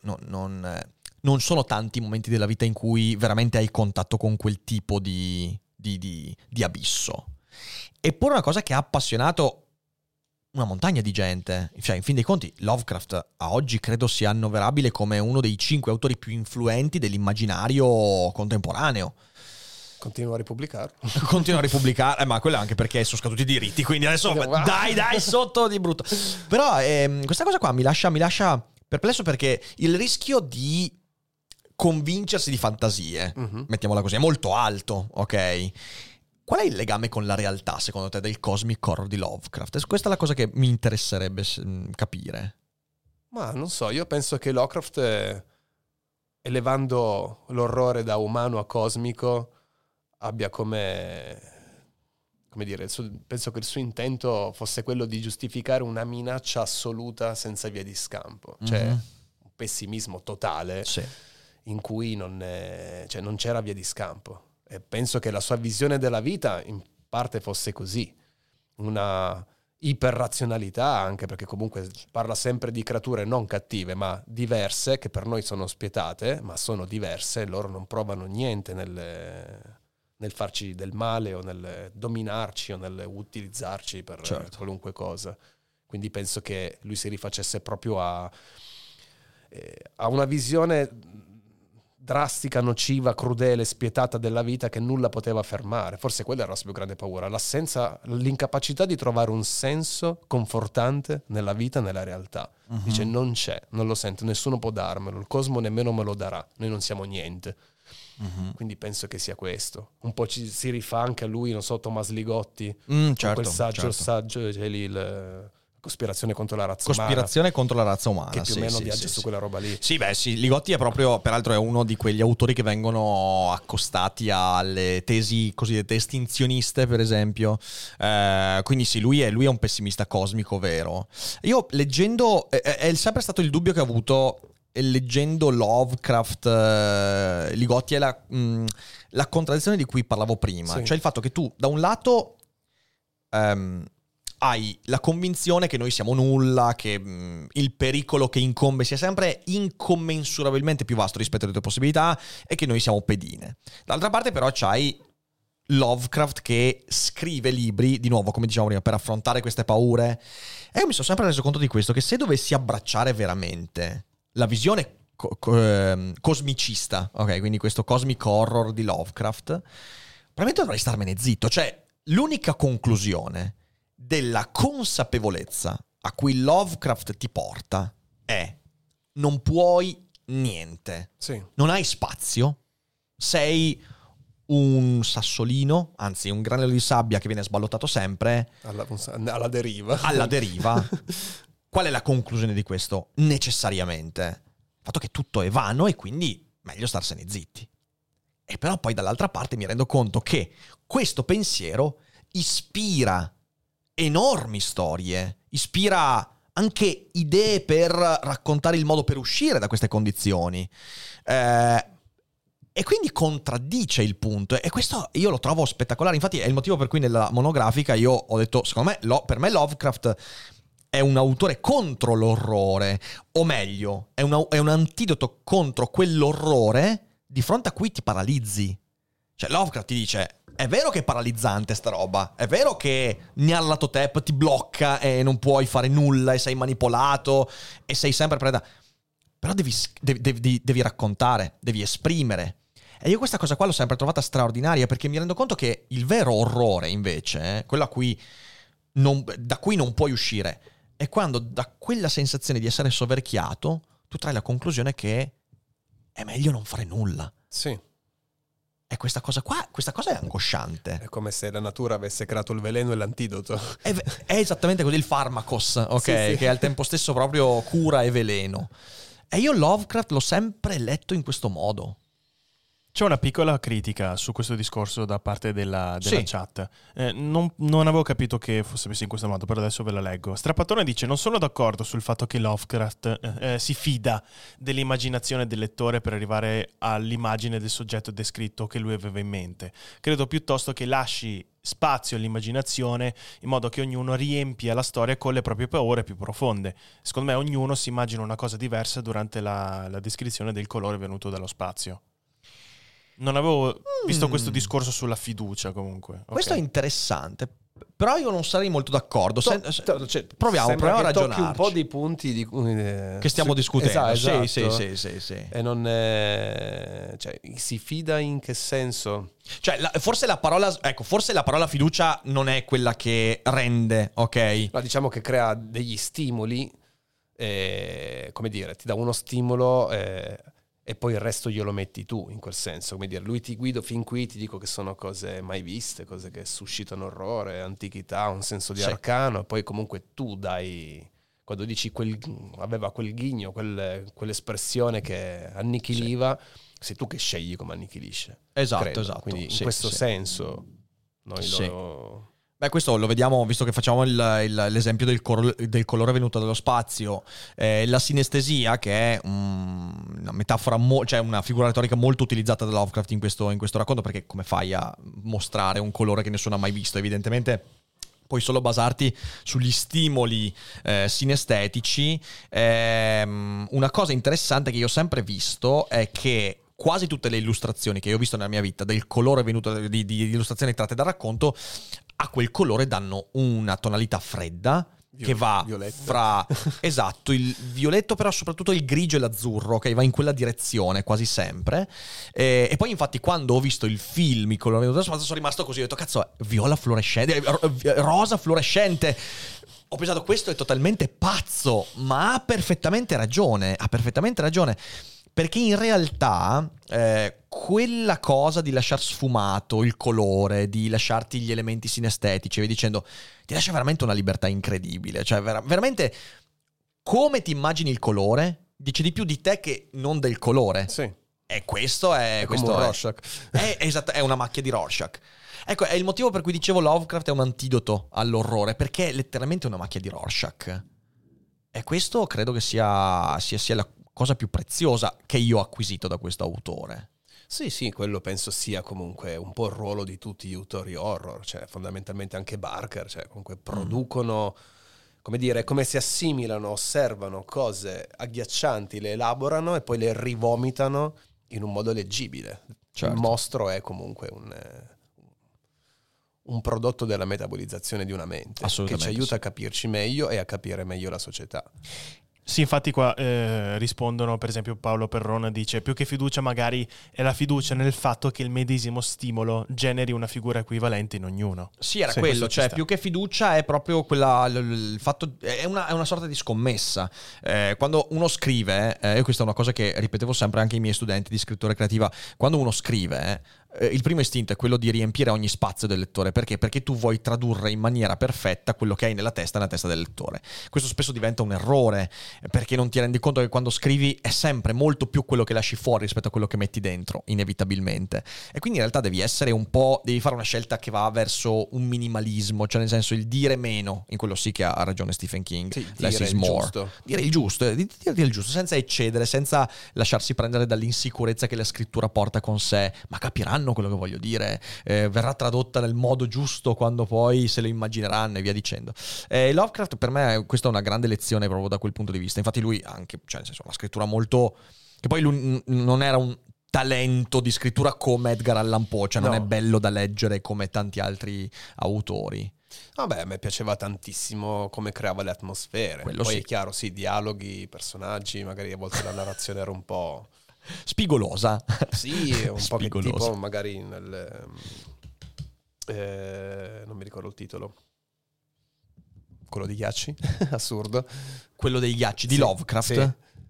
non sono tanti momenti della vita in cui veramente hai contatto con quel tipo di abisso. Eppure è una cosa che ha appassionato una montagna di gente. Cioè, in fin dei conti, Lovecraft a oggi credo sia annoverabile come uno dei 5 autori più influenti dell'immaginario contemporaneo. Continua a ripubblicarlo. Continua a ripubblicare, ma quello anche perché sono scaduti i diritti, quindi adesso dai sotto di brutto. Però questa cosa qua mi lascia perplesso, perché il rischio di convincersi di fantasie, mettiamola così, è molto alto, ok? Qual è il legame con la realtà, secondo te, del cosmic horror di Lovecraft? Questa è la cosa che mi interesserebbe capire. Ma non so, io penso che Lovecraft, elevando l'orrore da umano a cosmico, abbia come dire, penso che il suo intento fosse quello di giustificare una minaccia assoluta senza via di scampo, cioè un pessimismo totale, in cui non c'era via di scampo. E penso che la sua visione della vita in parte fosse così, una iperrazionalità, anche perché comunque parla sempre di creature non cattive ma diverse, che per noi sono spietate, ma sono diverse, loro non provano niente nel farci del male o nel dominarci o nel utilizzarci per qualunque cosa. Quindi penso che lui si rifacesse proprio a una visione drastica, nociva, crudele, spietata della vita che nulla poteva fermare. Forse quella era la sua più grande paura, l'incapacità di trovare un senso confortante nella vita, nella realtà. Dice non c'è, non lo sento, nessuno può darmelo, il cosmo nemmeno me lo darà, noi non siamo niente. Quindi penso che sia questo. Un po' si rifà anche a lui, non so, Thomas Ligotti, certo, quel saggio, c'è lì cospirazione contro la razza umana, che più o meno viaggia su quella roba lì. Sì, Ligotti è proprio, peraltro è uno di quegli autori che vengono accostati alle tesi cosiddette estinzioniste, per esempio. Quindi sì, lui è un pessimista cosmico vero. Io leggendo, è sempre stato il dubbio che ho avuto leggendo Lovecraft, Ligotti, è la contraddizione di cui parlavo prima. Cioè il fatto che tu da un lato hai la convinzione che noi siamo nulla, che il pericolo che incombe sia sempre incommensurabilmente più vasto rispetto alle tue possibilità e che noi siamo pedine. Dall'altra parte però c'hai Lovecraft che scrive libri, di nuovo come dicevamo prima, per affrontare queste paure. E io mi sono sempre reso conto di questo, che se dovessi abbracciare veramente la visione cosmicista, ok, quindi questo cosmic horror di Lovecraft, probabilmente dovrei starmene zitto. Cioè l'unica conclusione della consapevolezza a cui Lovecraft ti porta è: non puoi niente, non hai spazio, sei un sassolino, anzi un granello di sabbia che viene sballottato sempre alla deriva. Qual è la conclusione di questo? Necessariamente il fatto che tutto è vano e quindi meglio starsene zitti. E però poi dall'altra parte mi rendo conto che questo pensiero ispira enormi storie, ispira anche idee per raccontare il modo per uscire da queste condizioni, e quindi contraddice il punto, e questo io lo trovo spettacolare. Infatti è il motivo per cui nella monografica io ho detto, secondo me per me Lovecraft è un autore contro l'orrore, o meglio è un antidoto contro quell'orrore di fronte a cui ti paralizzi. Cioè Lovecraft ti dice: è vero che è paralizzante sta roba, è vero che Nyarlathotep ti blocca e non puoi fare nulla e sei manipolato e sei sempre preda, però devi raccontare, devi esprimere. E io questa cosa qua l'ho sempre trovata straordinaria, perché mi rendo conto che il vero orrore invece, quello da cui non puoi uscire, è quando da quella sensazione di essere soverchiato tu trai la conclusione che è meglio non fare nulla. Sì. E questa cosa è angosciante. È come se la natura avesse creato il veleno e l'antidoto. È esattamente così, il farmacos, ok? Sì. Che è al tempo stesso proprio cura e veleno. E io Lovecraft l'ho sempre letto in questo modo. C'è una piccola critica su questo discorso da parte della chat. Non avevo capito che fosse messo in questo modo, però adesso ve la leggo. Strapattone dice: non sono d'accordo sul fatto che Lovecraft si fida dell'immaginazione del lettore per arrivare all'immagine del soggetto descritto che lui aveva in mente. Credo piuttosto che lasci spazio all'immaginazione in modo che ognuno riempia la storia con le proprie paure più profonde. Secondo me ognuno si immagina una cosa diversa durante la descrizione del colore venuto dallo spazio. Non avevo visto questo discorso sulla fiducia, comunque. Questo è interessante, però io non sarei molto d'accordo. Proviamo a ragionarci. Un po' di punti che stiamo discutendo. Esatto. Sì. E non è... Cioè, si fida in che senso? Cioè, forse la parola fiducia non è quella che rende, ok? Ma diciamo che crea degli stimoli, come dire, ti dà uno stimolo... e poi il resto glielo metti tu, in quel senso, come dire, lui ti guido fin qui, ti dico che sono cose mai viste, cose che suscitano orrore, antichità, un senso di arcano, e poi comunque tu dai, quando dici aveva quel ghigno, quell'espressione che annichiliva, sei tu che scegli come annichilisce. Esatto. Quindi in questo senso noi lo... Beh, questo lo vediamo, visto che facciamo l'esempio del colore venuto dallo spazio, la sinestesia, che è una metafora, cioè una figura retorica molto utilizzata da Lovecraft in questo racconto, perché come fai a mostrare un colore che nessuno ha mai visto? Evidentemente puoi solo basarti sugli stimoli sinestetici. Una cosa interessante che io ho sempre visto è che quasi tutte le illustrazioni che io ho visto nella mia vita del colore venuto di illustrazioni tratte dal racconto, a quel colore danno una tonalità fredda, che va Violetta. fra esatto il violetto, però soprattutto il grigio e l'azzurro, che va in quella direzione quasi sempre, e poi infatti quando ho visto il film Il colore dello spazio sono rimasto così, ho detto cazzo, viola fluorescente, rosa fluorescente. Ho pensato, questo è totalmente pazzo, ma ha perfettamente ragione, perché in realtà quella cosa di lasciar sfumato il colore, di lasciarti gli elementi sinestetici, vi dicendo, ti lascia veramente una libertà incredibile. Cioè veramente come ti immagini il colore dice di più di te che non del colore. Sì. E questo è come un Rorschach. È una macchia di Rorschach. Ecco, è il motivo per cui dicevo Lovecraft è un antidoto all'orrore, perché è letteralmente una macchia di Rorschach. E questo credo che sia la cosa più preziosa che io ho acquisito da questo autore. Sì, quello penso sia comunque un po' il ruolo di tutti gli autori horror, cioè fondamentalmente anche Barker, cioè comunque producono, come dire, come si assimilano, osservano cose agghiaccianti, le elaborano e poi le rivomitano in un modo leggibile. Certo. Il mostro è comunque un prodotto della metabolizzazione di una mente, che ci aiuta a capirci meglio e a capire meglio la società. Sì, infatti qua rispondono, per esempio Paolo Perrona dice più che fiducia magari è la fiducia nel fatto che il medesimo stimolo generi una figura equivalente in ognuno. Sì, era quello, cioè più che fiducia è proprio quella, il fatto, è una sorta di scommessa. Quando uno scrive, e questa è una cosa che ripetevo sempre anche ai miei studenti di scrittura creativa, quando uno scrive, il primo istinto è quello di riempire ogni spazio del lettore. Perché? Perché tu vuoi tradurre in maniera perfetta quello che hai nella testa del lettore. Questo spesso diventa un errore, perché non ti rendi conto che quando scrivi è sempre molto più quello che lasci fuori rispetto a quello che metti dentro, inevitabilmente. E quindi in realtà devi fare una scelta che va verso un minimalismo, cioè nel senso il dire meno, in quello sì che ha ragione Stephen King, sì, less is more. Dire il giusto, senza eccedere, senza lasciarsi prendere dall'insicurezza che la scrittura porta con sé. Ma capiranno quello che voglio dire, verrà tradotta nel modo giusto quando poi se lo immagineranno e via dicendo. Lovecraft per me questa è una grande lezione proprio da quel punto di vista. Infatti lui anche, cioè nel senso, una scrittura molto, che poi lui non era un talento di scrittura come Edgar Allan Poe, cioè non è bello da leggere come tanti altri autori. Vabbè, a me piaceva tantissimo come creava le atmosfere. Quello poi sì. È chiaro, sì, dialoghi, personaggi, magari a volte la narrazione era un po' spigolosa. Sì, un po' che spigolosa. tipo magari non mi ricordo il titolo. Quello di ghiacci, assurdo. Quello dei ghiacci di Lovecraft. Sì.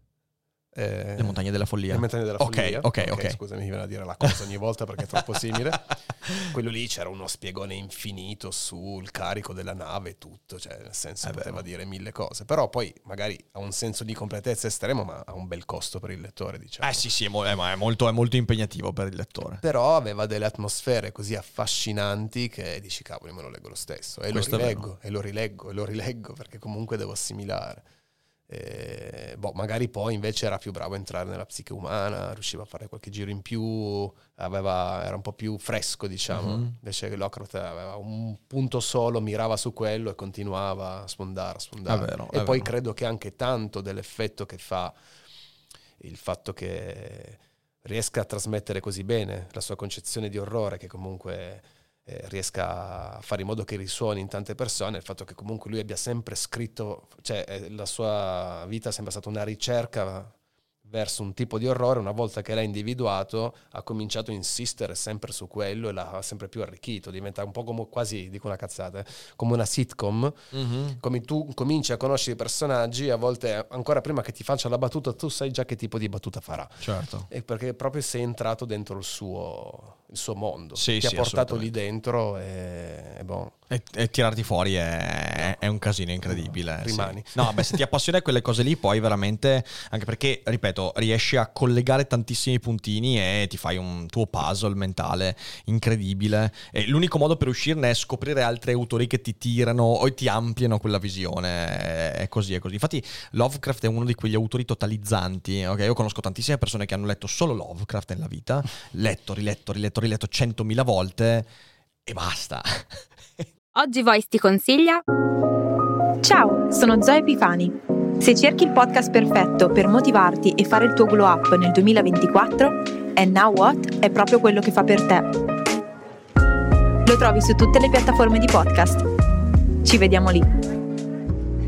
Le montagne della follia. Le montagne della follia. Ok. Scusami, mi viene a dire la cosa ogni volta perché è troppo simile. Quello lì c'era uno spiegone infinito sul carico della nave e tutto, cioè nel senso poteva dire mille cose, però poi magari ha un senso di completezza estremo, ma ha un bel costo per il lettore, diciamo. Sì, ma è molto impegnativo per il lettore. Però aveva delle atmosfere così affascinanti che dici cavolo, me lo leggo lo stesso e lo rileggo perché comunque devo assimilare. Magari poi invece era più bravo a entrare nella psiche umana, riusciva a fare qualche giro in più, era un po' più fresco, diciamo. Invece che Lovecraft aveva un punto solo, mirava su quello e continuava a sfondare. È poi credo che anche tanto dell'effetto che fa il fatto che riesca a trasmettere così bene la sua concezione di orrore, che comunque riesca a fare in modo che risuoni in tante persone, il fatto che comunque lui abbia sempre scritto, cioè la sua vita è sempre stata una ricerca verso un tipo di orrore. Una volta che l'ha individuato ha cominciato a insistere sempre su quello e l'ha sempre più arricchito, diventa un po' come, quasi, dico una cazzata, come una sitcom. Come tu cominci a conoscere i personaggi, a volte ancora prima che ti faccia la battuta tu sai già che tipo di battuta farà, certo, e perché proprio sei entrato dentro il suo mondo, ti ha portato lì dentro e tirarti fuori è un casino incredibile. Rimani. Sì. No, se ti appassiona quelle cose lì, poi veramente, anche perché, ripeto, riesci a collegare tantissimi puntini e ti fai un tuo puzzle mentale incredibile. E l'unico modo per uscirne è scoprire altri autori che ti tirano o ti ampliano quella visione. È così. Infatti Lovecraft è uno di quegli autori totalizzanti. Ok, io conosco tantissime persone che hanno letto solo Lovecraft nella vita, riletto 100.000 volte e basta. Oggi Voice ti consiglia. Ciao, sono Zoe Epifani. Se cerchi il podcast perfetto per motivarti e fare il tuo glow up nel 2024, And Now What è proprio quello che fa per te. Lo trovi su tutte le piattaforme di podcast. Ci vediamo lì.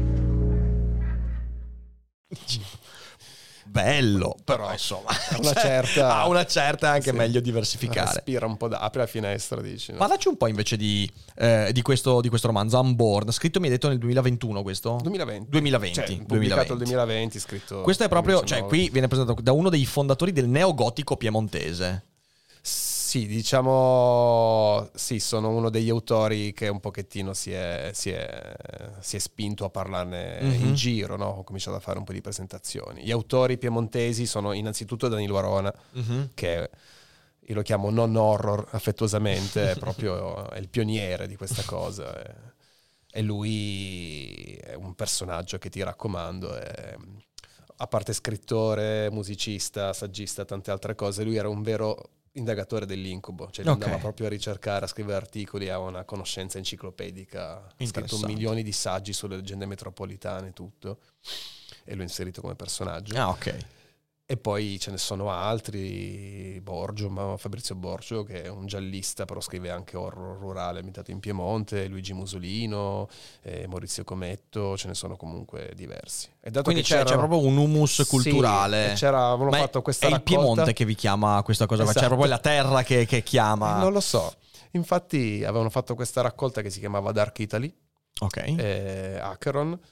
bello, però insomma a una certa è anche sì, meglio diversificare. Respira un po', apri la finestra, dici, no? Parlaci un po' invece di questo romanzo Unborn, scritto mi hai detto nel 2021 questo? 2020. Cioè, pubblicato nel 2020, scritto. Questo è proprio, 2019. cioè qui viene presentato da uno dei fondatori del neogotico piemontese. Sì, diciamo, sì, sono uno degli autori che un pochettino si è spinto a parlarne in giro, no? Ho cominciato a fare un po' di presentazioni. Gli autori piemontesi sono innanzitutto Danilo Arona, che io lo chiamo non horror affettuosamente, è proprio è il pioniere di questa cosa. E lui è un personaggio che ti raccomando. A parte scrittore, musicista, saggista, tante altre cose, lui era un vero indagatore dell'incubo, cioè andava proprio a ricercare, a scrivere articoli, ha una conoscenza enciclopedica, ha scritto milioni di saggi sulle leggende metropolitane, tutto, e l'ho inserito come personaggio. E poi ce ne sono altri, Fabrizio Borgio, che è un giallista, però scrive anche horror rurale ambientato in Piemonte, Luigi Musolino, Maurizio Cometto, ce ne sono comunque diversi. E dato quindi che c'è proprio un humus culturale. Sì, avevano fatto questa raccolta. È il Piemonte che vi chiama questa cosa, esatto. C'è proprio la terra che chiama. Non lo so. Infatti avevano fatto questa raccolta che si chiamava Dark Italy, Acheron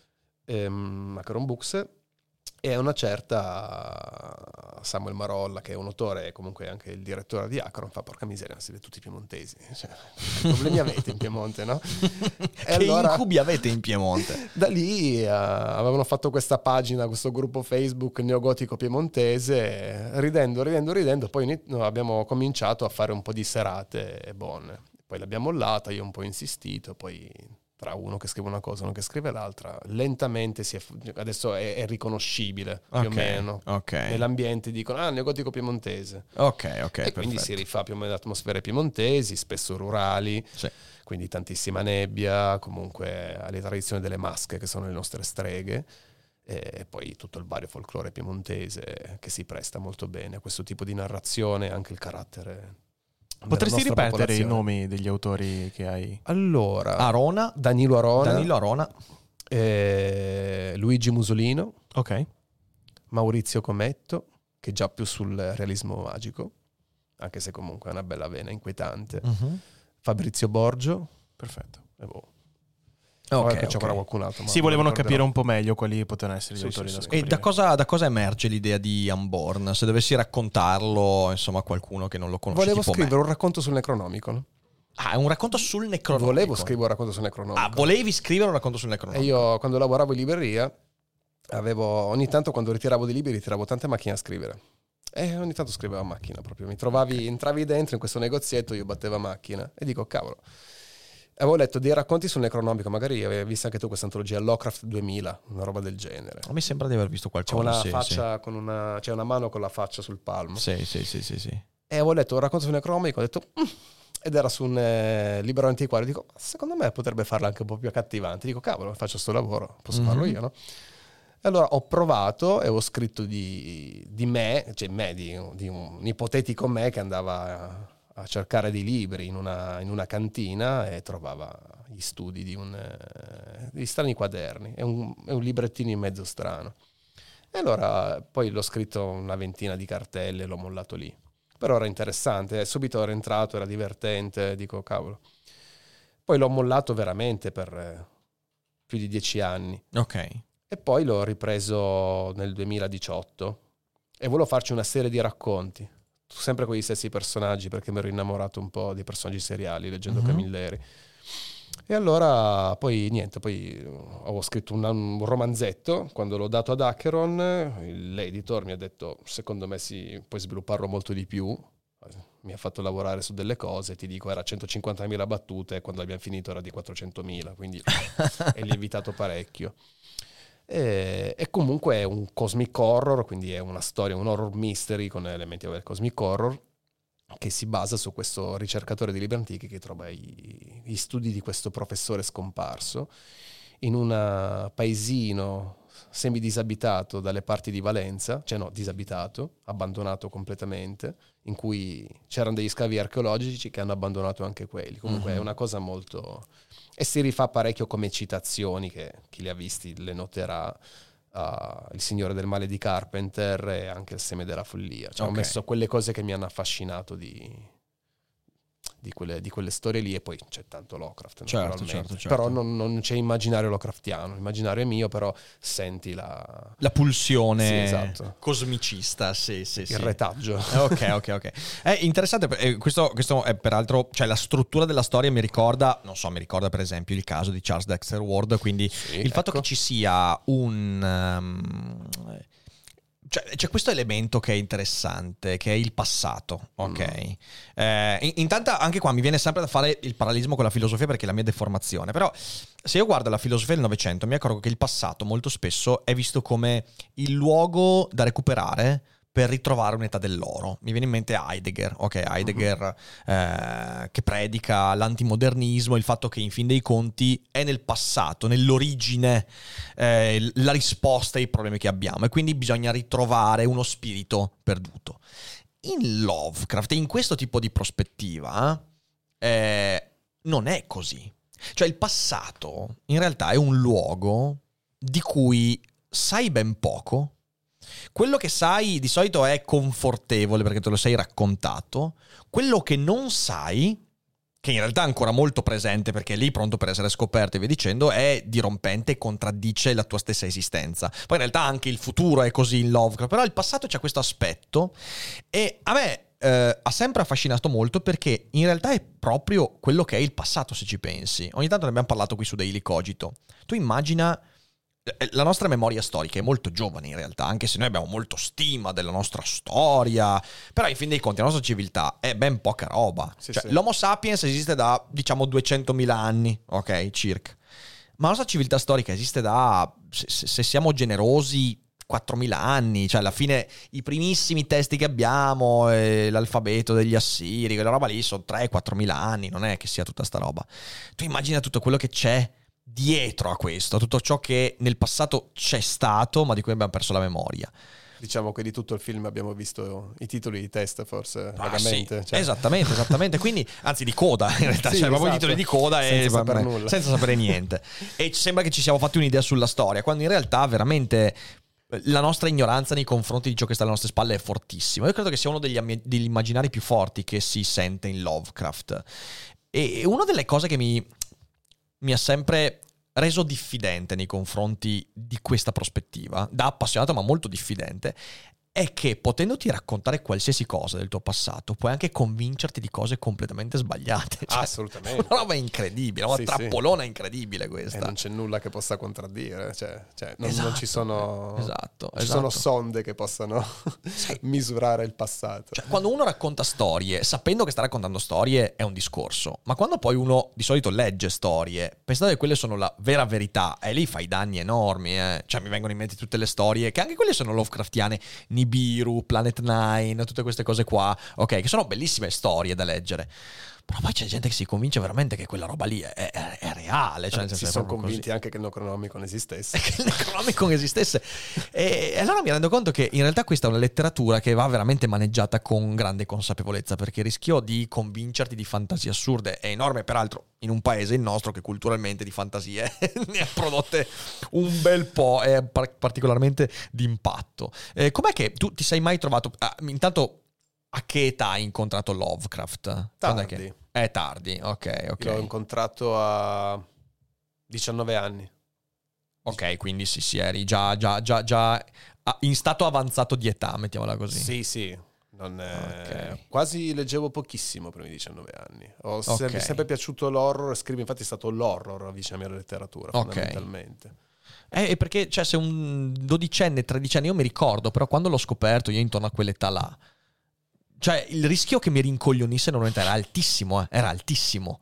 Books, e una certa Samuel Marolla, che è un autore e comunque anche il direttore di Acheron, fa porca miseria, siete tutti piemontesi, cioè, che problemi avete in Piemonte, no? Che allora, incubi avete in Piemonte? Da lì avevano fatto questa pagina, questo gruppo Facebook neogotico piemontese, ridendo, poi abbiamo cominciato a fare un po' di serate buone, poi l'abbiamo mollata, io ho un po' insistito, poi tra uno che scrive una cosa e uno che scrive l'altra, lentamente adesso è riconoscibile più o meno. Nell'ambiente dicono neogotico piemontese. E quindi si rifà più o meno le atmosfere piemontesi, spesso rurali, quindi tantissima nebbia, comunque alle tradizioni delle masche che sono le nostre streghe, e poi tutto il vario folklore piemontese che si presta molto bene a questo tipo di narrazione, anche il carattere. Potresti ripetere i nomi degli autori che hai? Allora, Danilo Arona, Luigi Musolino, ok, Maurizio Cometto, che è già più sul realismo magico, anche se comunque è una bella vena inquietante, Fabrizio Borgio, perfetto. C'è ancora qualcun altro. Sì, volevano capire un po' meglio quali potevano essere gli autori da scoprire. E da cosa emerge l'idea di Unborn? Se dovessi raccontarlo, insomma, a qualcuno che non lo conosce. Volevo scrivere un racconto sul Necronomicon. È un racconto sul Necronomicon. Volevo scrivere un racconto sul Necronomicon. Volevi scrivere un racconto sul Necronomicon. E io, quando lavoravo in libreria, ogni tanto quando ritiravo dei libri, ritiravo tante macchine a scrivere. E ogni tanto scrivevo a macchina proprio. Entravi dentro in questo negozietto, io battevo a macchina e dico, cavolo. Avevo letto dei racconti sul Necronomicon, magari avevi visto anche tu questa antologia Lovecraft 2000, una roba del genere. Mi sembra di aver visto qualcosa. C'è una faccia c'è una mano con la faccia sul palmo. Sì. E avevo letto un racconto sul Necronomicon, ho detto ed era su un libro antiquario, dico, secondo me potrebbe farla anche un po' più accattivante. Dico, cavolo, faccio sto lavoro, posso farlo io, no? E allora ho provato e ho scritto di me, cioè di un ipotetico me che andava a cercare dei libri in una cantina e trovava gli studi di strani quaderni. È un librettino in mezzo strano. E allora poi l'ho scritto una ventina di cartelle, l'ho mollato lì. Però era interessante, subito ero entrato, era divertente, dico cavolo. Poi l'ho mollato veramente per più di 10 anni. E poi l'ho ripreso nel 2018 e volevo farci una serie di racconti. Sempre con gli stessi personaggi, perché mi ero innamorato un po' dei personaggi seriali leggendo Camilleri. E allora poi avevo scritto un romanzetto. Quando l'ho dato ad Acheron, l'editor mi ha detto, secondo me puoi svilupparlo molto di più. Mi ha fatto lavorare su delle cose, ti dico, era 150.000 battute, quando abbiamo finito era di 400.000, quindi è lievitato parecchio. E comunque è un cosmic horror, quindi è una storia, un horror mystery con elementi del cosmic horror, che si basa su questo ricercatore di libri antichi che trova gli studi di questo professore scomparso in un paesino semidisabitato dalle parti di Valenza, disabitato, abbandonato completamente, in cui c'erano degli scavi archeologici che hanno abbandonato anche quelli. Comunque è una cosa molto... E si rifà parecchio come citazioni, che chi li ha visti le noterà, Il Signore del Male di Carpenter e anche Il Seme della Follia. Cioè, ho messo quelle cose che mi hanno affascinato di quelle storie lì, e poi c'è tanto Lovecraft, certo. Però non c'è immaginario Lovecraftiano, l'immaginario è mio, però senti la pulsione, sì, esatto, cosmicista, sì. il retaggio. Ok. È interessante, questo è peraltro, cioè la struttura della storia mi ricorda per esempio il caso di Charles Dexter Ward, quindi il fatto che ci sia c'è questo elemento che è interessante, che è il passato, ok? Intanto anche qua mi viene sempre da fare il parallelismo con la filosofia, perché è la mia deformazione, però se io guardo la filosofia del Novecento mi accorgo che il passato molto spesso è visto come il luogo da recuperare per ritrovare un'età dell'oro. Mi viene in mente Heidegger, che predica l'antimodernismo, il fatto che in fin dei conti è nel passato, nell'origine, la risposta ai problemi che abbiamo, e quindi bisogna ritrovare uno spirito perduto. In Lovecraft, in questo tipo di prospettiva, non è così. Cioè il passato in realtà è un luogo di cui sai ben poco. Quello che sai di solito è confortevole perché te lo sei raccontato. Quello che non sai, che in realtà è ancora molto presente perché è lì pronto per essere scoperto e via dicendo, è dirompente e contraddice la tua stessa esistenza. Poi in realtà anche il futuro è così in Lovecraft, però il passato c'ha questo aspetto, e a me ha sempre affascinato molto, perché in realtà è proprio quello che è il passato, se ci pensi. Ogni tanto ne abbiamo parlato qui su Daily Cogito. Tu immagina, la nostra memoria storica è molto giovane in realtà, anche se noi abbiamo molto stima della nostra storia, però in fin dei conti la nostra civiltà è ben poca roba. Sì. L'Homo sapiens esiste da, diciamo, 200.000 anni, ok, circa. Ma la nostra civiltà storica esiste da, se siamo generosi, 4.000 anni. Cioè alla fine i primissimi testi che abbiamo, l'alfabeto degli Assiri, quella roba lì, sono 3-4.000 anni, non è che sia tutta sta roba. Tu immagina tutto quello che c'è dietro a questo, tutto ciò che nel passato c'è stato ma di cui abbiamo perso la memoria. Diciamo che di tutto il film abbiamo visto i titoli di testa, forse vagamente. Sì, esattamente. Quindi, anzi, di coda in realtà, sì, proprio esatto. I titoli di coda senza sapere niente. E sembra che ci siamo fatti un'idea sulla storia, quando in realtà veramente la nostra ignoranza nei confronti di ciò che sta alle nostre spalle è fortissima. Io credo che sia uno degli immaginari più forti che si sente in Lovecraft. E una delle cose che mi ha sempre reso diffidente nei confronti di questa prospettiva, da appassionato ma molto diffidente, è che potendoti raccontare qualsiasi cosa del tuo passato puoi anche convincerti di cose completamente sbagliate. Cioè, assolutamente. Una roba incredibile, una trappolona incredibile questa. E non c'è nulla che possa contraddire, non ci sono Esatto. sono sonde che possano misurare il passato. Cioè, quando uno racconta storie, sapendo che sta raccontando storie, è un discorso, ma quando poi uno di solito legge storie, pensando che quelle sono la vera verità, e lì fai danni enormi. Cioè mi vengono in mente tutte le storie che anche quelle sono Lovecraftiane, Nibiru, Planet Nine, tutte queste cose qua, ok, che sono bellissime storie da leggere. Però poi c'è gente che si convince veramente che quella roba lì è reale. Cioè, si sono convinti anche che il Necronomicon esistesse. Che il Necronomicon esistesse. E allora mi rendo conto che in realtà questa è una letteratura che va veramente maneggiata con grande consapevolezza, perché il rischio di convincerti di fantasie assurde è enorme, peraltro in un paese, il nostro, che culturalmente di fantasie ne ha prodotte un bel po', e particolarmente d'impatto. Com'è che tu ti sei mai trovato... intanto... A che età hai incontrato Lovecraft? Tardi. È tardi, ok. L'ho incontrato a 19 anni. Ok, quindi sì, eri già in stato avanzato di età, mettiamola così. Sì. Quasi leggevo pochissimo prima di 19 anni. Ho sempre piaciuto l'horror, scrivo, infatti è stato l'horror vicino alla mia letteratura, fondamentalmente. Perché cioè, se un 12enne, 13enne, io mi ricordo, però quando l'ho scoperto io intorno a quell'età là, cioè il rischio che mi rincoglionisse normalmente era altissimo, era altissimo.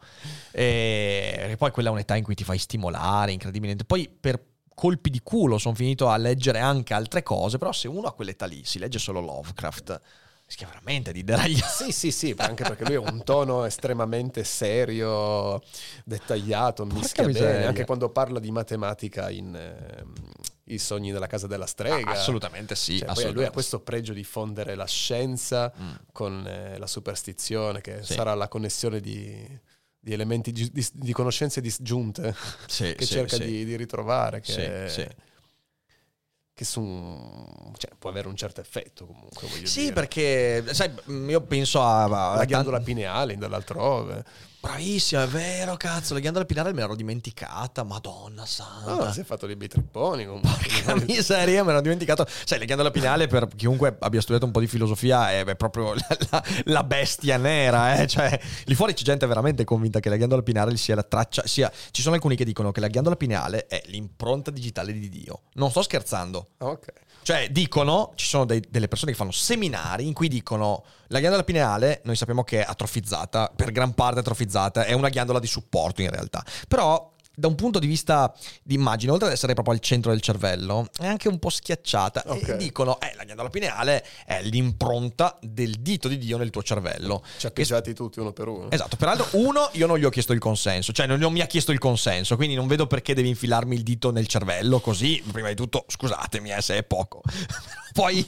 E poi quella è un'età in cui ti fai stimolare incredibilmente. Poi per colpi di culo sono finito a leggere anche altre cose, però se uno a quell'età lì si legge solo Lovecraft, rischia veramente di deragliare. Sì, anche perché lui ha un tono estremamente serio, dettagliato, mischia bene, anche quando parla di matematica in I sogni della casa della strega. Assolutamente sì. Poi lui ha questo pregio di fondere la scienza con la superstizione, che sarà la connessione di elementi di conoscenze disgiunte che cerca di ritrovare. che può avere un certo effetto comunque, voglio Sì, dire. perché sai, io penso a La ghiandola pineale dall'altrove. Bravissima, è vero, cazzo, la ghiandola pineale me l'ero dimenticata, madonna santa. Si è fatto dei bei tripponi comunque. Porca miseria, me l'ho dimenticato. Sai, la ghiandola pineale, per chiunque abbia studiato un po' di filosofia, è proprio la bestia nera, Cioè, lì fuori c'è gente veramente convinta che la ghiandola pineale sia la traccia, ci sono alcuni che dicono che la ghiandola pineale è l'impronta digitale di Dio. Non sto scherzando. Ok. Cioè, dicono, ci sono delle persone che fanno seminari in cui dicono la ghiandola pineale, noi sappiamo che è atrofizzata, per gran parte atrofizzata, è una ghiandola di supporto in realtà. Però, da un punto di vista di immagine, oltre ad essere proprio al centro del cervello, è anche un po' schiacciata. Ok. E dicono, la ghiandola pineale è l'impronta del dito di Dio nel tuo cervello. Ci ha pigiati tutti uno per uno. Esatto, peraltro io non gli ho chiesto il consenso, cioè non mi ha chiesto il consenso, quindi non vedo perché devi infilarmi il dito nel cervello così, prima di tutto scusatemi se è poco. Poi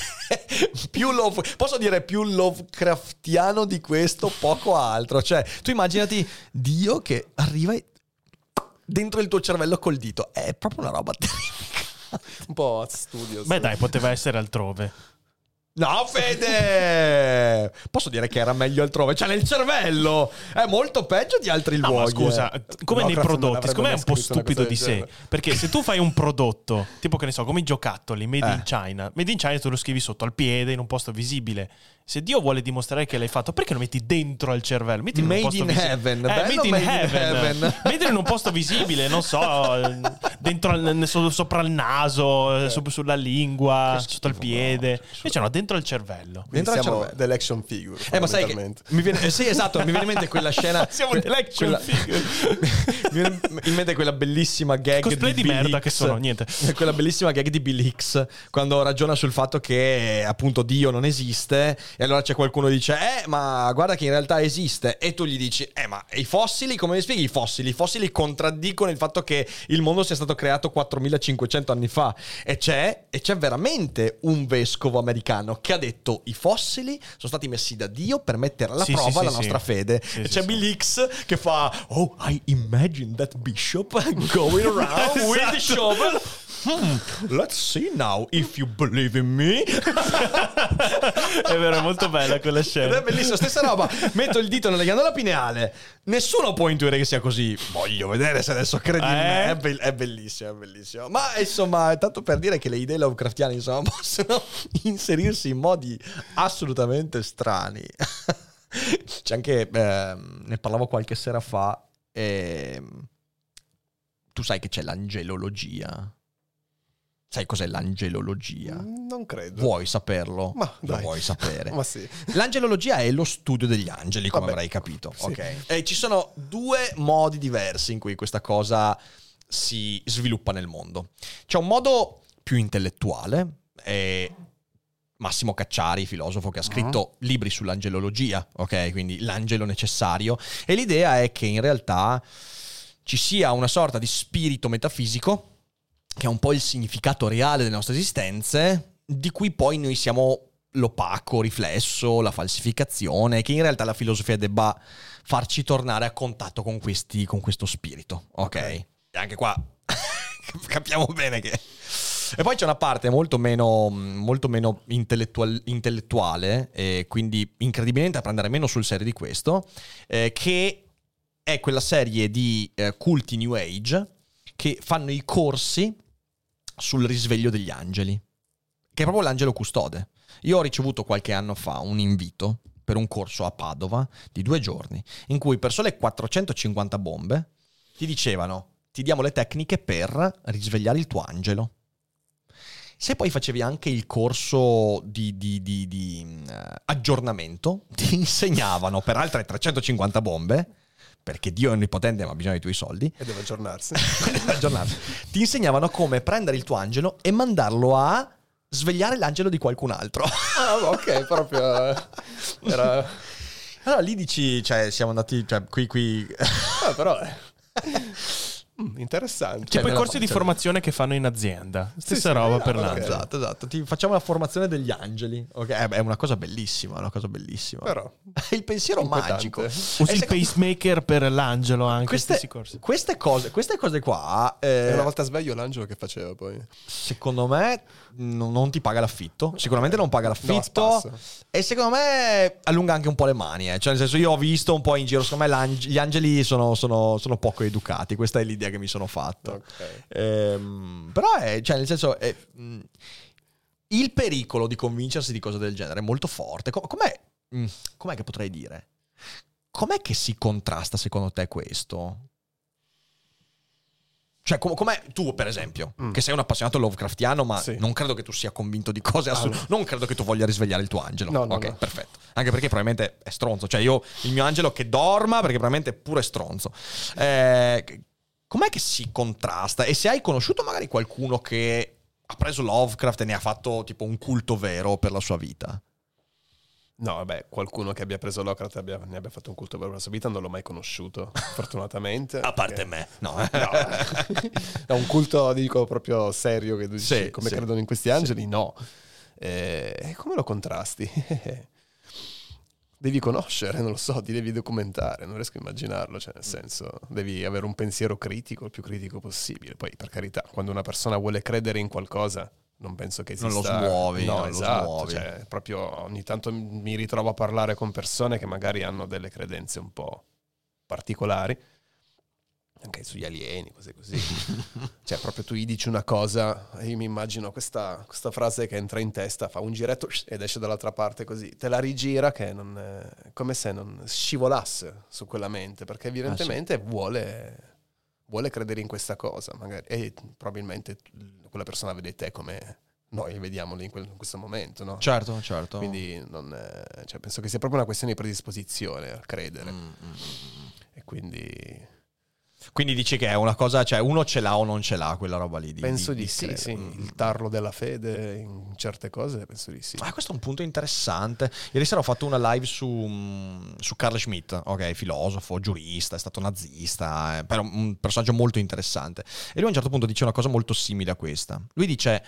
posso dire più Lovecraftiano di questo, poco altro. Cioè tu immaginati Dio che arriva dentro il tuo cervello col dito, è proprio una roba terrificante. Un po' a studio. Beh dai, poteva essere altrove. No, Fede! Posso dire che era meglio altrove? Cioè, nel cervello! È molto peggio di altri No, luoghi. ma scusa, come nei Lovecraft non prodotti, avrebbe secondo me è mai un po' scritto una stupido cosa di del sé. genere. Perché se tu fai un prodotto, tipo che ne so, come i giocattoli, made in China tu lo scrivi sotto al piede in un posto visibile. Se Dio vuole dimostrare che l'hai fatto, perché lo metti dentro al cervello? Mettilo in un Made posto in visibile. heaven, bello made in made in heaven. heaven. Mettilo in un posto visibile, non so, sopra il naso, sulla lingua, sotto il piede. Invece no, dentro al cervello. Quindi Dentro al siamo cervello. dell'action figure. Ma sai che fondamentalmente. mi viene, sì, esatto, mi viene in mente quella scena. Siamo dell'action figure. Mi viene in mente quella bellissima gag Cosplay di Bill merda Hicks. che sono, niente. Quella bellissima gag di Bill Hicks quando ragiona sul fatto che appunto Dio non esiste, e allora c'è qualcuno che dice ma guarda che in realtà esiste, e tu gli dici ma i fossili, come li spieghi i fossili? I fossili contraddicono il fatto che il mondo sia stato creato 4500 anni fa, e c'è veramente un vescovo americano che ha detto i fossili sono stati messi da Dio per mettere alla prova la nostra fede. Sì, e sì, c'è Bill Hicks che fa I imagine that bishop going around with the shovel. Let's see now if you believe in me. È vero, è molto bella quella scena. Ed è bellissima, stessa roba. Metto il dito nella ghiandola pineale. Nessuno può intuire che sia così. Voglio vedere se adesso credi in me. È bellissimo, è bellissimo. Ma insomma, è tanto per dire che le idee Lovecraftiane insomma possono inserirsi in modi assolutamente strani. C'è anche ne parlavo qualche sera fa. Tu sai che c'è l'angelologia? Sai cos'è l'angelologia? Non credo. Vuoi saperlo? Ma lo dai. vuoi sapere? Ma sì. L'angelologia è lo studio degli angeli, come Vabbè, avrai capito. sì. Ok. E ci sono due modi diversi in cui questa cosa si sviluppa nel mondo. C'è un modo più intellettuale, Massimo Cacciari, filosofo che ha scritto libri sull'angelologia, ok? Quindi l'angelo necessario. E l'idea è che in realtà ci sia una sorta di spirito metafisico che è un po' il significato reale delle nostre esistenze, di cui poi noi siamo l'opaco riflesso, la falsificazione, che in realtà la filosofia debba farci tornare a contatto con questo spirito, ok? E anche qua capiamo bene che... E poi c'è una parte molto meno intellettuale, e quindi incredibilmente a prendere meno sul serio di questo, che è quella serie di culti New Age che fanno i corsi sul risveglio degli angeli, che è proprio l'angelo custode. Io ho ricevuto qualche anno fa un invito per un corso a Padova di 2 giorni, in cui per sole 450 bombe ti dicevano: ti diamo le tecniche per risvegliare il tuo angelo. Se poi facevi anche il corso di aggiornamento, ti insegnavano per altre 350 bombe, perché Dio è onnipotente ma ha bisogno dei tuoi soldi, E deve aggiornarsi. ti insegnavano come prendere il tuo angelo e mandarlo a svegliare l'angelo di qualcun altro. Ah, ok, proprio era... Allora lì dici, cioè siamo andati, cioè qui però Interessante. Tipo i corsi di formazione che fanno in azienda. Stessa roba per l'angelo. Esatto. Ti facciamo la formazione degli angeli. Okay? È una cosa bellissima, Però il pensiero magico. Usi il pacemaker per l'angelo anche. Queste cose qua. E una volta sveglio l'angelo che faceva poi? Secondo me non ti paga l'affitto. Sicuramente non paga l'affitto. No, e secondo me allunga anche un po' le mani. Cioè, nel senso, io ho visto un po' in giro. Secondo me gli angeli sono poco educati. Questa è l'idea che mi sono fatto. Okay. Però cioè, nel senso, il pericolo di convincersi di cose del genere è molto forte. Com'è che potrei dire? Com'è che si contrasta secondo te questo? Cioè, com'è tu, per esempio, che sei un appassionato Lovecraftiano, ma non credo che tu sia convinto di cose assolutamente. Non credo che tu voglia risvegliare il tuo angelo. No, ok, no. perfetto. Anche perché probabilmente è stronzo. Cioè, il mio angelo che dorma, perché probabilmente è pure stronzo. Com'è che si contrasta? E se hai conosciuto magari qualcuno che ha preso Lovecraft e ne ha fatto tipo un culto vero per la sua vita? No, vabbè, qualcuno che abbia preso Lovecraft e ne abbia fatto un culto per la sua vita non l'ho mai conosciuto, fortunatamente. A parte me, no. È un culto, dico, proprio serio, che tu dici, come credono in questi angeli, no. Come lo contrasti? Devi conoscere, non lo so, ti devi documentare, non riesco a immaginarlo, cioè nel senso, devi avere un pensiero critico, il più critico possibile. Poi, per carità, quando una persona vuole credere in qualcosa, non penso che esista. Non lo smuovi. No, non esatto, lo smuovi. Cioè, proprio ogni tanto mi ritrovo a parlare con persone che magari hanno delle credenze un po' particolari, anche sugli alieni, cose così. Cioè, proprio tu gli dici una cosa e io mi immagino questa frase che entra in testa, fa un giretto ed esce dall'altra parte così, te la rigira, che non è come se non scivolasse su quella mente, perché evidentemente vuole credere in questa cosa, magari, e probabilmente quella persona vede te come noi vediamolo in questo momento, no? Certo. Quindi cioè, penso che sia proprio una questione di predisposizione a credere. E quindi dici che è una cosa, cioè uno ce l'ha o non ce l'ha quella roba lì? Penso di sì. Il tarlo della fede in certe cose, penso di sì. Questo è un punto interessante. Ieri sera ho fatto una live su Carl Schmitt, ok, filosofo, giurista, è stato nazista, però un personaggio molto interessante. E lui a un certo punto dice una cosa molto simile a questa. Lui dice,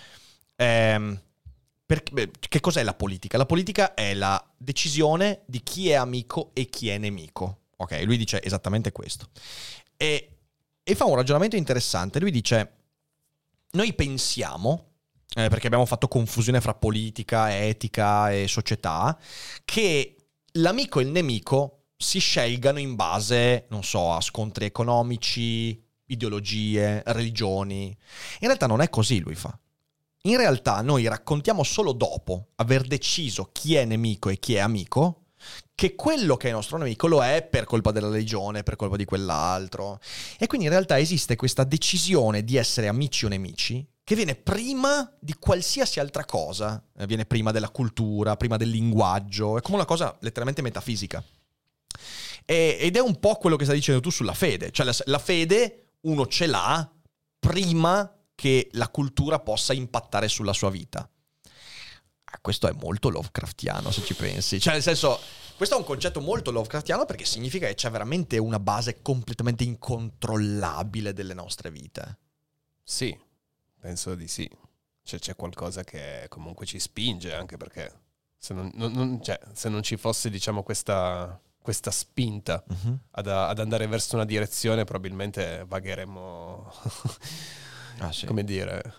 che cos'è la politica? La politica è la decisione di chi è amico e chi è nemico. Ok, lui dice esattamente questo. E fa un ragionamento interessante. Lui dice, noi pensiamo, perché abbiamo fatto confusione fra politica, etica e società, che l'amico e il nemico si scelgano in base, non so, a scontri economici, ideologie, religioni. In realtà non è così, lui fa. In realtà noi raccontiamo solo dopo aver deciso chi è nemico e chi è amico, che quello che è nostro nemico lo è per colpa della religione, per colpa di quell'altro. E quindi in realtà esiste questa decisione di essere amici o nemici che viene prima di qualsiasi altra cosa, viene prima della cultura, prima del linguaggio, è come una cosa letteralmente metafisica. Ed è un po' quello che stai dicendo tu sulla fede, cioè la fede uno ce l'ha prima che la cultura possa impattare sulla sua vita. Questo è molto Lovecraftiano, se ci pensi. Cioè, nel senso, questo è un concetto molto Lovecraftiano perché significa che c'è veramente una base completamente incontrollabile delle nostre vite. Sì, penso di sì. Cioè, c'è qualcosa che comunque ci spinge, anche perché se non ci fosse, diciamo, questa spinta ad andare verso una direzione, probabilmente vagheremmo, come dire,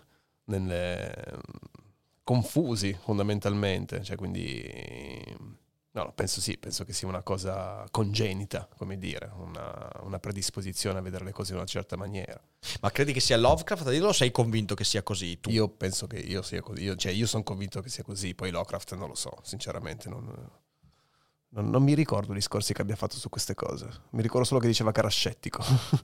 confusi fondamentalmente, cioè, quindi no, penso che sia una cosa congenita, come dire, una predisposizione a vedere le cose in una certa maniera. Ma credi che sia Lovecraft a dirlo o sei convinto che sia così tu? Io penso che io sia così, io sono convinto che sia così, poi Lovecraft non lo so, sinceramente non mi ricordo i discorsi che abbia fatto su queste cose, mi ricordo solo che diceva che era scettico.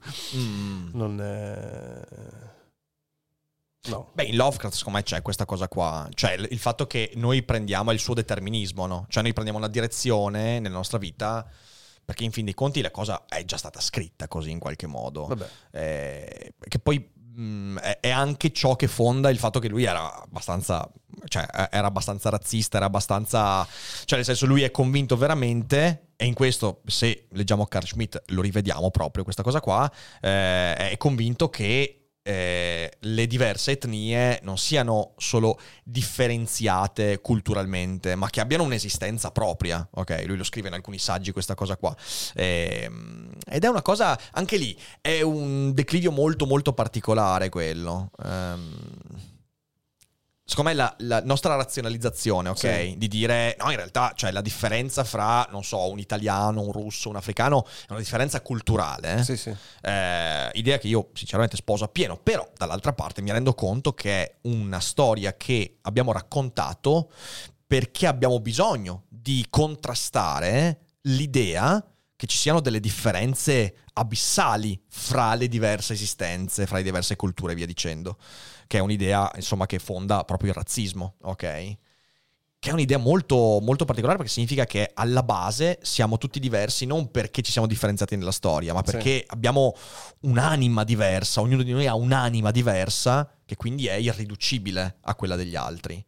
No. Beh, in Lovecraft secondo me c'è questa cosa qua, cioè il fatto che noi prendiamo il suo determinismo, no? Cioè noi prendiamo una direzione nella nostra vita perché in fin dei conti la cosa è già stata scritta così in qualche modo. Che poi è anche ciò che fonda il fatto che lui era abbastanza razzista, era abbastanza, cioè nel senso, lui è convinto veramente, e in questo, se leggiamo Carl Schmitt, lo rivediamo proprio questa cosa qua, è convinto che le diverse etnie non siano solo differenziate culturalmente, ma che abbiano un'esistenza propria. Ok, lui lo scrive in alcuni saggi questa cosa qua, ed è una cosa, anche lì è un declivio molto molto particolare quello. Secondo me la nostra razionalizzazione, ok? Sì. Di dire, no, in realtà, cioè, la differenza fra, non so, un italiano, un russo, un africano, è una differenza culturale. Sì, sì. Idea che io sinceramente sposo appieno, però dall'altra parte mi rendo conto che è una storia che abbiamo raccontato perché abbiamo bisogno di contrastare l'idea che ci siano delle differenze abissali fra le diverse esistenze, fra le diverse culture e via dicendo. Che è un'idea, insomma, che fonda proprio il razzismo, ok? Che è un'idea molto, molto particolare, perché significa che alla base siamo tutti diversi non perché ci siamo differenziati nella storia, ma perché abbiamo un'anima diversa, ognuno di noi ha un'anima diversa, che quindi è irriducibile a quella degli altri.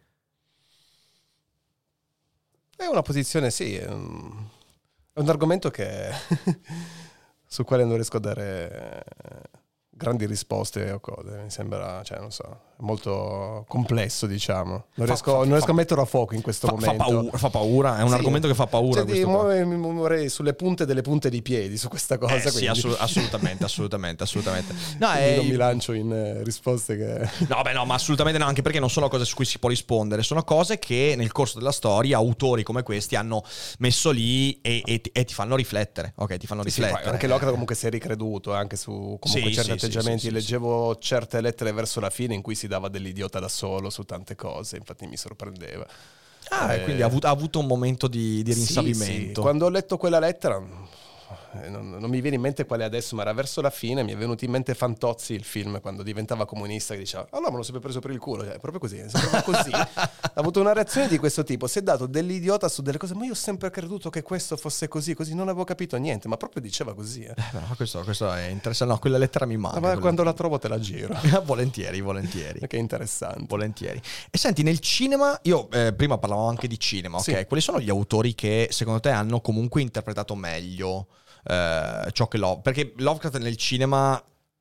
È una posizione, sì, è un argomento che sul quale non riesco a dare grandi risposte o cose, mi sembra, cioè non so, è molto complesso, diciamo. Non riesco a metterlo a fuoco in questo momento. Fa paura, è un argomento che fa paura. Cioè, mi muoverei sulle punte delle punte di piedi su questa cosa. Sì, assolutamente. No, non mi lancio in risposte che... No, ma assolutamente no, anche perché non sono cose su cui si può rispondere, sono cose che nel corso della storia autori come questi hanno messo lì e ti fanno riflettere, ok? Ti fanno riflettere. Sì, anche Locke comunque si è ricreduto anche su comunque certi atteggiamenti. Leggevo certe lettere verso la fine in cui si dava dell'idiota da solo su tante cose, infatti mi sorprendeva. Quindi ha avuto un momento di rinsavimento. Sì. Quando ho letto quella lettera, non mi viene in mente quale adesso, ma era verso la fine, mi è venuto in mente Fantozzi, il film, quando diventava comunista, che diceva allora me lo sempre preso per il culo, cioè, proprio così, ha avuto una reazione di questo tipo, si è dato dell'idiota su delle cose, ma io ho sempre creduto che questo fosse così, non avevo capito niente, ma proprio diceva così. Però questo è interessante, no, quella lettera mi manca. Ma quando la trovo te la giro. volentieri. Che è interessante. Volentieri. E senti, nel cinema, io prima parlavo anche di cinema, ok? Sì. Quali sono gli autori che secondo te hanno comunque interpretato meglio ciò che perché Lovecraft nel cinema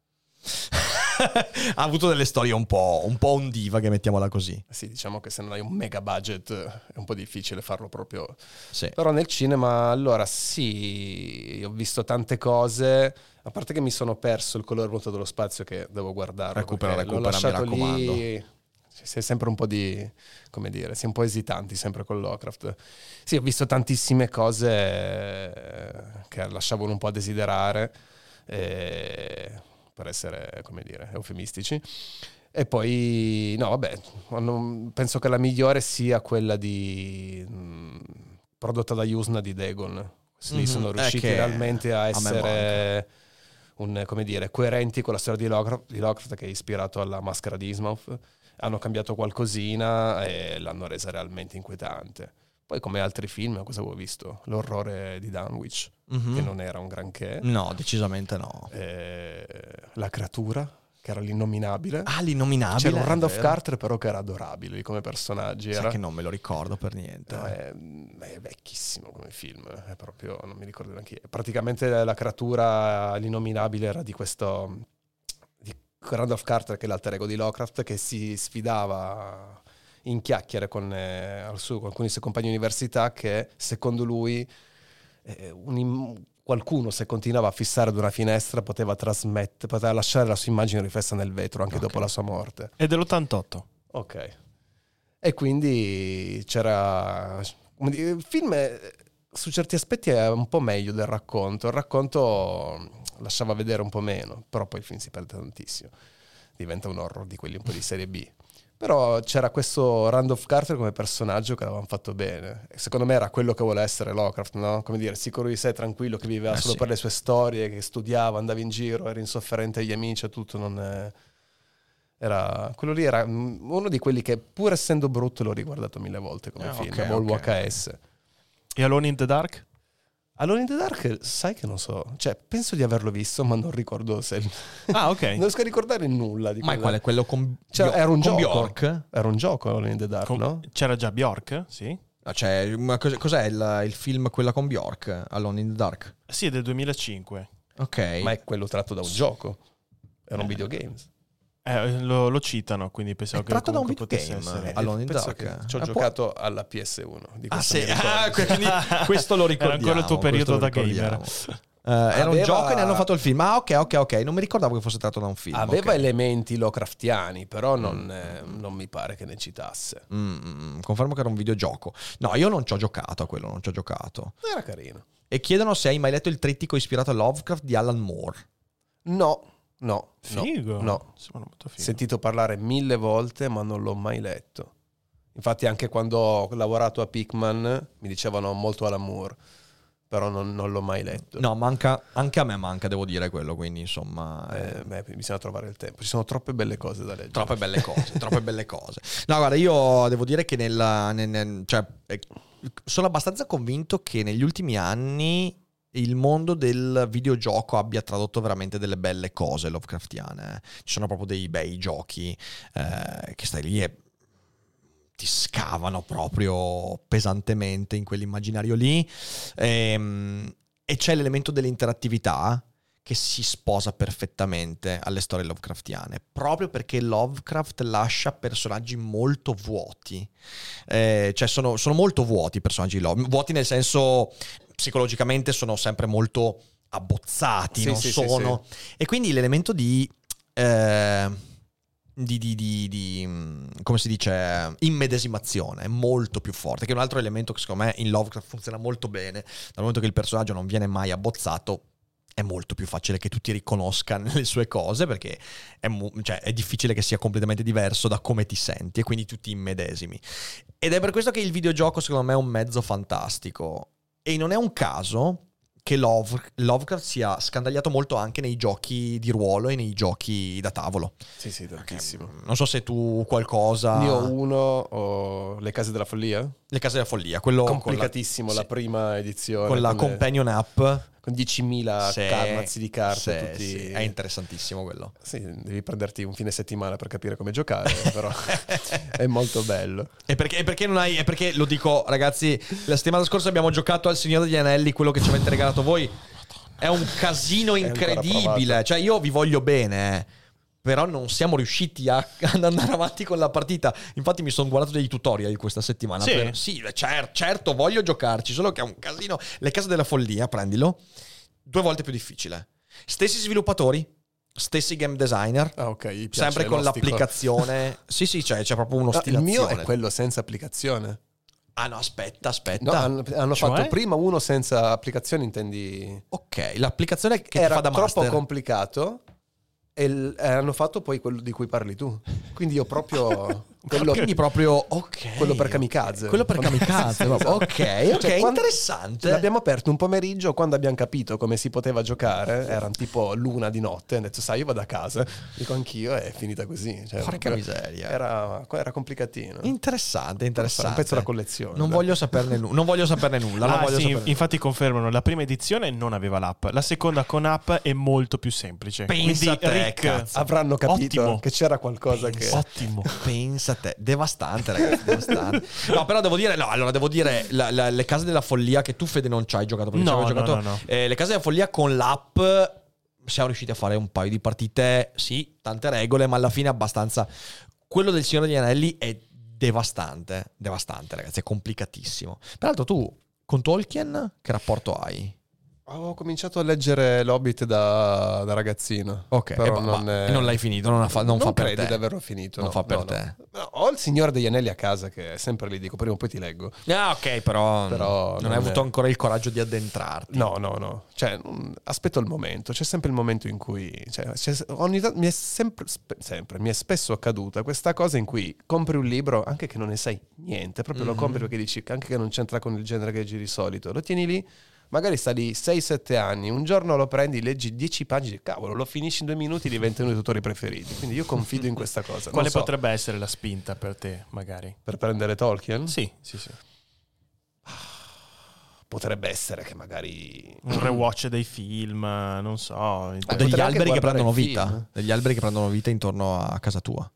ha avuto delle storie un po' ondivaghe, mettiamola così. Sì, diciamo che se non hai un mega budget è un po' difficile farlo proprio. Sì. Però nel cinema, allora sì, ho visto tante cose, a parte che mi sono perso Il colore vuoto dello spazio, che devo guardare. Recupera, l'ho lasciato mi raccomando. Lì. Si è sempre un po' di, come dire, si è un po' esitanti sempre con Lovecraft. Sì, ho visto tantissime cose che lasciavano un po' a desiderare, per essere, come dire, eufemistici. E poi, no, vabbè, penso che la migliore sia quella prodotta da Yusna di Dagon. Lì sono riusciti realmente a essere come dire, coerenti con la storia di Lovecraft, che è ispirato alla Maschera di Innsmouth. Hanno cambiato qualcosina e l'hanno resa realmente inquietante. Poi, come altri film, cosa avevo visto? L'orrore di Dunwich, che non era un granché. No, decisamente no. La creatura, che era l'innominabile. L'innominabile. C'era un Randolph Carter però che era adorabile come personaggi. Sai che non me lo ricordo per niente. No, è vecchissimo come film, è proprio, non mi ricordo neanche. Praticamente la creatura, l'innominabile, era di questo... Randolph Carter, che è l'alter ego di Lovecraft, che si sfidava in chiacchiere con alcuni suoi compagni di università, che secondo lui qualcuno, se continuava a fissare ad una finestra, poteva lasciare la sua immagine riflessa nel vetro anche dopo la sua morte. È dell'88. Ok. E quindi c'era... Il film su certi aspetti è un po' meglio del racconto. Il racconto lasciava vedere un po' meno, però poi il film si perde tantissimo, diventa un horror di quelli un po' di serie B. Però c'era questo Randolph Carter come personaggio che l'avevano fatto bene, e secondo me era quello che vuole essere Lovecraft, no? Come dire, sicuro di sé, tranquillo, che viveva solo per le sue storie, che studiava, andava in giro, era insofferente agli amici e tutto. Quello lì era uno di quelli che, pur essendo brutto, l'ho riguardato 1000 volte come film, VHS. E Alone in the Dark? Alone in the Dark, sai che non so, cioè penso di averlo visto, ma non ricordo se... Ah, ok. Non riesco a ricordare nulla di Ma è quale? Quello con, Cioè, era un con gioco. Bjork? Era un gioco Alone in the Dark, no? C'era già Bjork, sì. No, cioè, ma cos'è il film quella con Bjork? Alone in the Dark? Sì, è del 2005. Ok. Ma è quello tratto da un gioco. Era un videogames. Lo citano, quindi pensavo È che tratto da un comunque potesse videogame. essere. Alone in the Penso Dark. che ci ho giocato alla PS1. Di Ah, questo sì. mi ricordo. Quindi questo lo ricordiamo. Era ancora il tuo periodo da gamer. Era un Aveva- gioco e ne hanno fatto il film. Ah, ok. Non mi ricordavo che fosse tratto da un film. Aveva ok. elementi Lovecraftiani, però non mi pare che ne citasse. Confermo che era un videogioco. No, io non ci ho giocato a quello, non ci ho giocato. Era carino. E chiedono se hai mai letto il trittico ispirato a Lovecraft di Alan Moore. No. Figo. No. Sembra molto figo. Sentito parlare 1000 volte, ma non l'ho mai letto. Infatti anche quando ho lavorato a Pikman mi dicevano molto Alan Moore, però non l'ho mai letto. No, anche a me manca, devo dire quello, quindi insomma... Bisogna trovare il tempo. Ci sono troppe belle cose da leggere. Troppe belle cose. No, guarda, io devo dire che sono abbastanza convinto che negli ultimi anni il mondo del videogioco abbia tradotto veramente delle belle cose Lovecraftiane. Ci sono proprio dei bei giochi che stai lì e ti scavano proprio pesantemente in quell'immaginario lì. E c'è l'elemento dell'interattività che si sposa perfettamente alle storie Lovecraftiane, proprio perché Lovecraft lascia personaggi molto vuoti. Cioè sono molto vuoti i personaggi vuoti nel senso, psicologicamente sono sempre molto abbozzati, Sì. E quindi l'elemento di come si dice, immedesimazione è molto più forte, che è un altro elemento che secondo me in Lovecraft funziona molto bene. Dal momento che il personaggio non viene mai abbozzato, è molto più facile che tu ti riconosca nelle sue cose, perché è difficile che sia completamente diverso da come ti senti, e quindi tu ti immedesimi. Ed è per questo che il videogioco secondo me è un mezzo fantastico, e non è un caso che Lovecraft sia scandagliato molto anche nei giochi di ruolo e nei giochi da tavolo. Sì, tantissimo. Non so se tu qualcosa... Ne ho uno, Le Case della Follia. Le Case della Follia, quello Complicatissimo, con la prima edizione. con la companion app. Con 10.000 mazzi di carte. Tutti... Sì, è interessantissimo quello. Sì, devi prenderti un fine settimana per capire come giocare, però è molto bello. E perché non hai... E perché, lo dico ragazzi, la settimana scorsa abbiamo giocato al Signore degli Anelli, quello che ci avete regalato voi. È un casino incredibile. Cioè io vi voglio bene, però non siamo riusciti ad andare avanti con la partita. Infatti mi sono guardato dei tutorial questa settimana. Sì? Certo, voglio giocarci, solo che è un casino. Le Case della Follia, prendilo, 2 volte più difficile. Stessi sviluppatori, stessi game designer. Ah, ok. Piace sempre con l'ostico. l'applicazione. Sì, c'è proprio uno No, il stilazione. mio è quello senza applicazione. Ah no, aspetta. No, hanno Cioè? fatto prima uno senza applicazione, intendi? Ok, l'applicazione che Era ti fa da troppo master. complicato e hanno fatto poi quello di cui parli tu. Quindi io proprio quello, Quindi proprio, ok. quello per kamikaze. Quello per kamikaze, proprio. Ok, Cioè, quando- interessante. L'abbiamo aperto un pomeriggio, quando abbiamo capito come si poteva giocare, erano tipo l'1 di notte, ho detto sai io vado a casa, dico anch'io, è finita così. Cioè, Porca miseria. Era complicatino. Interessante. Un pezzo da collezione. Non dai. voglio saperne nulla. Non voglio saperne nulla. non Ah, voglio sì, saperne infatti confermano, la prima edizione non aveva l'app, la seconda con app è molto più semplice. Pensa a te, Rick, cazzo. Avranno capito Ottimo. che c'era qualcosa che... Ottimo. Pensa a te, devastante ragazzi, devastante. No, però devo dire, le Case della Follia che tu Fede non ci hai giocato, perché No, ci avevo no, giocato, no. Le Case della Follia con l'app siamo riusciti a fare un paio di partite, sì, tante regole, ma alla fine abbastanza. Quello del Signore degli Anelli è devastante ragazzi, è complicatissimo. Peraltro tu con Tolkien che rapporto hai? Ho cominciato a leggere l'Hobbit da ragazzino. Ok, però e non l'hai finito, non fa per credo te. di averlo finito. Non no, fa per no, te. No, ho il Signore degli Anelli a casa che è sempre lì, dico prima o poi ti leggo. Ah, ok, però Però non hai avuto ancora il coraggio di addentrarti. No. Cioè, aspetto il momento. C'è sempre il momento in cui... Cioè, ogni tanto mi è mi è spesso accaduta questa cosa in cui compri un libro, anche che non ne sai niente, proprio lo compri perché dici, anche che non c'entra con il genere che leggi di solito, lo tieni lì, magari sta lì 6-7 anni, un giorno lo prendi, leggi 10 pagine, cavolo, lo finisci in 2 minuti, diventa uno dei tuoi autori preferiti. Quindi io confido in questa cosa. Quale Non so, potrebbe essere la spinta per te, magari? per prendere Tolkien? Sì. potrebbe essere che magari un rewatch dei film, non so, O degli potrei anche alberi che guardare prendono il vita. film. Degli alberi che prendono vita intorno a casa tua.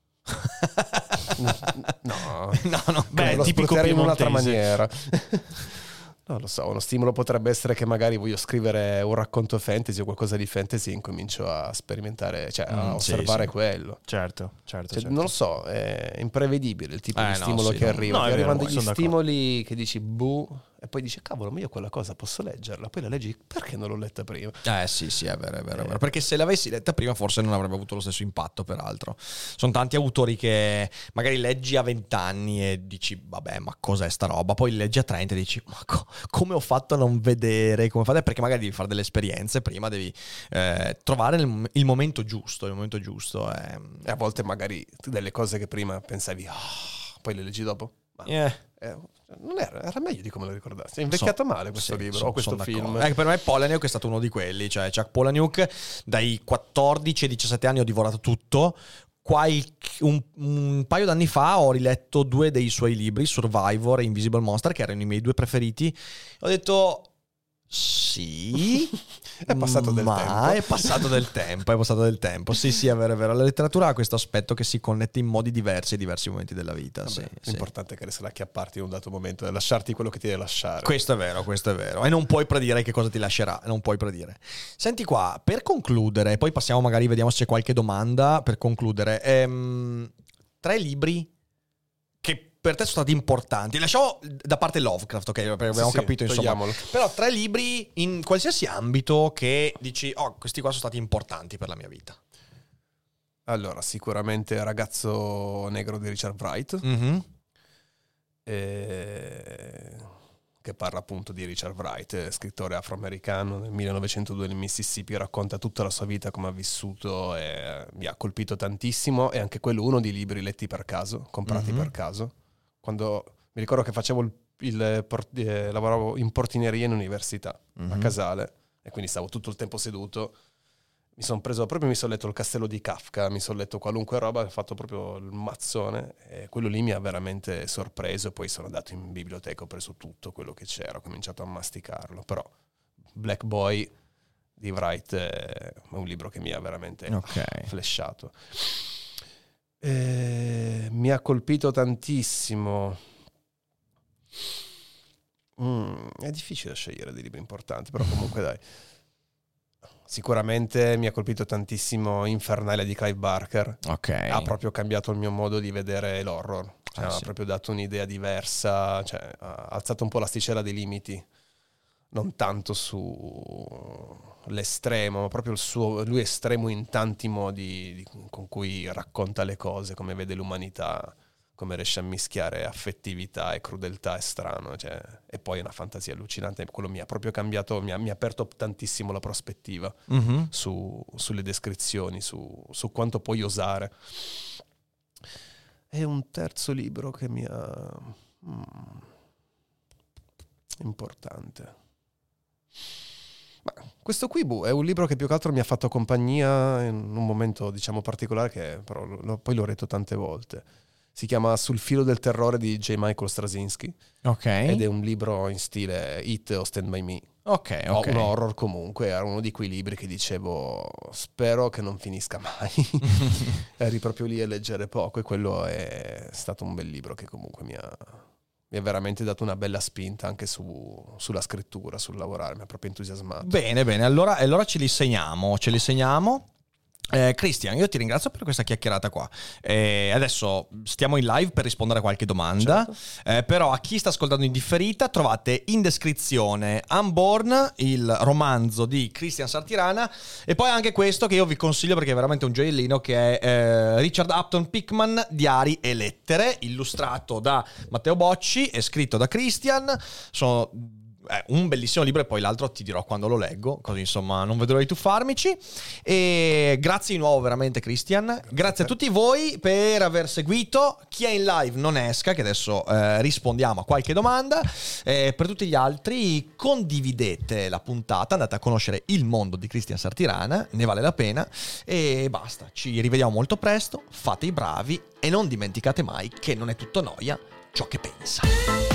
No, No. Beh, lo tipico sfrutterei in un'altra piemontese. maniera. Non lo so, uno stimolo potrebbe essere che magari voglio scrivere un racconto fantasy o qualcosa di fantasy e incomincio a sperimentare, cioè a osservare sì. quello. Certo. Cioè, non lo so, è imprevedibile il tipo di no, stimolo sì, che no. arriva. No, Ti è vero, arrivano degli sono d'accordo. stimoli che dici boh, e poi dici cavolo, ma io quella cosa posso leggerla. Poi la leggi, perché non l'ho letta prima? Sì, è vero, è vero. Perché se l'avessi letta prima forse non avrebbe avuto lo stesso impatto, peraltro. Sono tanti autori che magari leggi a 20 anni e dici, vabbè, ma cos'è sta roba? Poi leggi a 30 e dici, ma come ho fatto a non vedere? Come fate? Perché magari devi fare delle esperienze prima, devi trovare il momento giusto. Il momento giusto è... E a volte magari delle cose che prima pensavi, poi le leggi dopo. Ma non era meglio di come lo ricordassi. È invecchiato male questo libro o questo film. Per me Polaniuk è stato uno di quelli, cioè Chuck Palahniuk, dai 14 ai 17 anni ho divorato tutto. Un paio d'anni fa ho riletto 2 dei suoi libri, Survivor e Invisible Monster, che erano i miei 2 preferiti. Ho detto sì, È passato del tempo. È passato del tempo. Sì, è vero, è vero. La letteratura ha questo aspetto che si connette in modi diversi ai diversi momenti della vita. Vabbè, sì. l'importante è che se la acchiapparti in un dato momento e lasciarti quello che ti deve lasciare. Questo è vero. E non puoi predire che cosa ti lascerà. Non puoi predire. Senti qua, per concludere, poi passiamo magari, vediamo se c'è qualche domanda per concludere. 3 libri che per te sono stati importanti. Lasciamo da parte Lovecraft, ok? Perché abbiamo capito, insomma. togliamolo. Però 3 libri in qualsiasi ambito che dici, questi qua sono stati importanti per la mia vita. Allora, sicuramente Ragazzo Negro di Richard Wright, che parla appunto di Richard Wright, scrittore afroamericano, nel 1902 nel Mississippi, racconta tutta la sua vita, come ha vissuto, e mi ha colpito tantissimo. E anche quello uno dei libri letti per caso, comprati per caso. Quando mi ricordo che facevo lavoravo in portineria in università, a Casale, e quindi stavo tutto il tempo seduto. Mi sono letto il Castello di Kafka, mi sono letto qualunque roba, ho fatto proprio il mazzone, e quello lì mi ha veramente sorpreso. E poi sono andato in biblioteca, ho preso tutto quello che c'era, ho cominciato a masticarlo. Però Black Boy di Wright è un libro che mi ha veramente flashato. Mi ha colpito tantissimo. È difficile scegliere dei libri importanti, però comunque dai. Sicuramente mi ha colpito tantissimo Infernale di Clive Barker. Ha proprio cambiato il mio modo di vedere l'horror. Cioè, ha proprio dato un'idea diversa, cioè, ha alzato un po' l'asticella dei limiti. Non tanto sull'estremo, ma proprio lui è estremo in tanti modi con cui racconta le cose, come vede l'umanità, come riesce a mischiare affettività e crudeltà è strano, cioè, e poi è una fantasia allucinante. Quello mi ha proprio cambiato, mi ha aperto tantissimo la prospettiva sulle descrizioni, su quanto puoi osare. E un terzo libro che mi ha importante. Ma questo qui è un libro che più che altro mi ha fatto compagnia in un momento, diciamo, particolare, che però poi l'ho letto tante volte. Si chiama Sul filo del terrore di J. Michael Straczynski. Ed è un libro in stile It o Stand By Me. O un horror comunque. Era uno di quei libri che dicevo, spero che non finisca mai. Eri proprio lì a leggere poco, e quello è stato un bel libro che comunque mi ha veramente dato una bella spinta anche sulla scrittura, sul lavorare. Mi ha proprio entusiasmato. Bene, allora ce li segniamo. Christian, io ti ringrazio per questa chiacchierata qua. Adesso stiamo in live per rispondere a qualche domanda. Certo. Però a chi sta ascoltando in differita, trovate in descrizione Unborn, il romanzo di Christian Sartirana, e poi anche questo che io vi consiglio perché è veramente un gioiellino, che è Richard Upton Pickman, Diari e lettere, illustrato da Matteo Bocci e scritto da Christian. Sono un bellissimo libro, e poi l'altro ti dirò quando lo leggo, così insomma non vedo l'ora di tuffarmici. E grazie di nuovo veramente Christian, grazie a tutti voi per aver seguito. Chi è in live non esca, che adesso rispondiamo a qualche domanda. Per tutti gli altri condividete la puntata, andate a conoscere il mondo di Christian Sartirana, ne vale la pena. E basta, ci rivediamo molto presto, fate i bravi e non dimenticate mai che non è tutto noia ciò che pensa.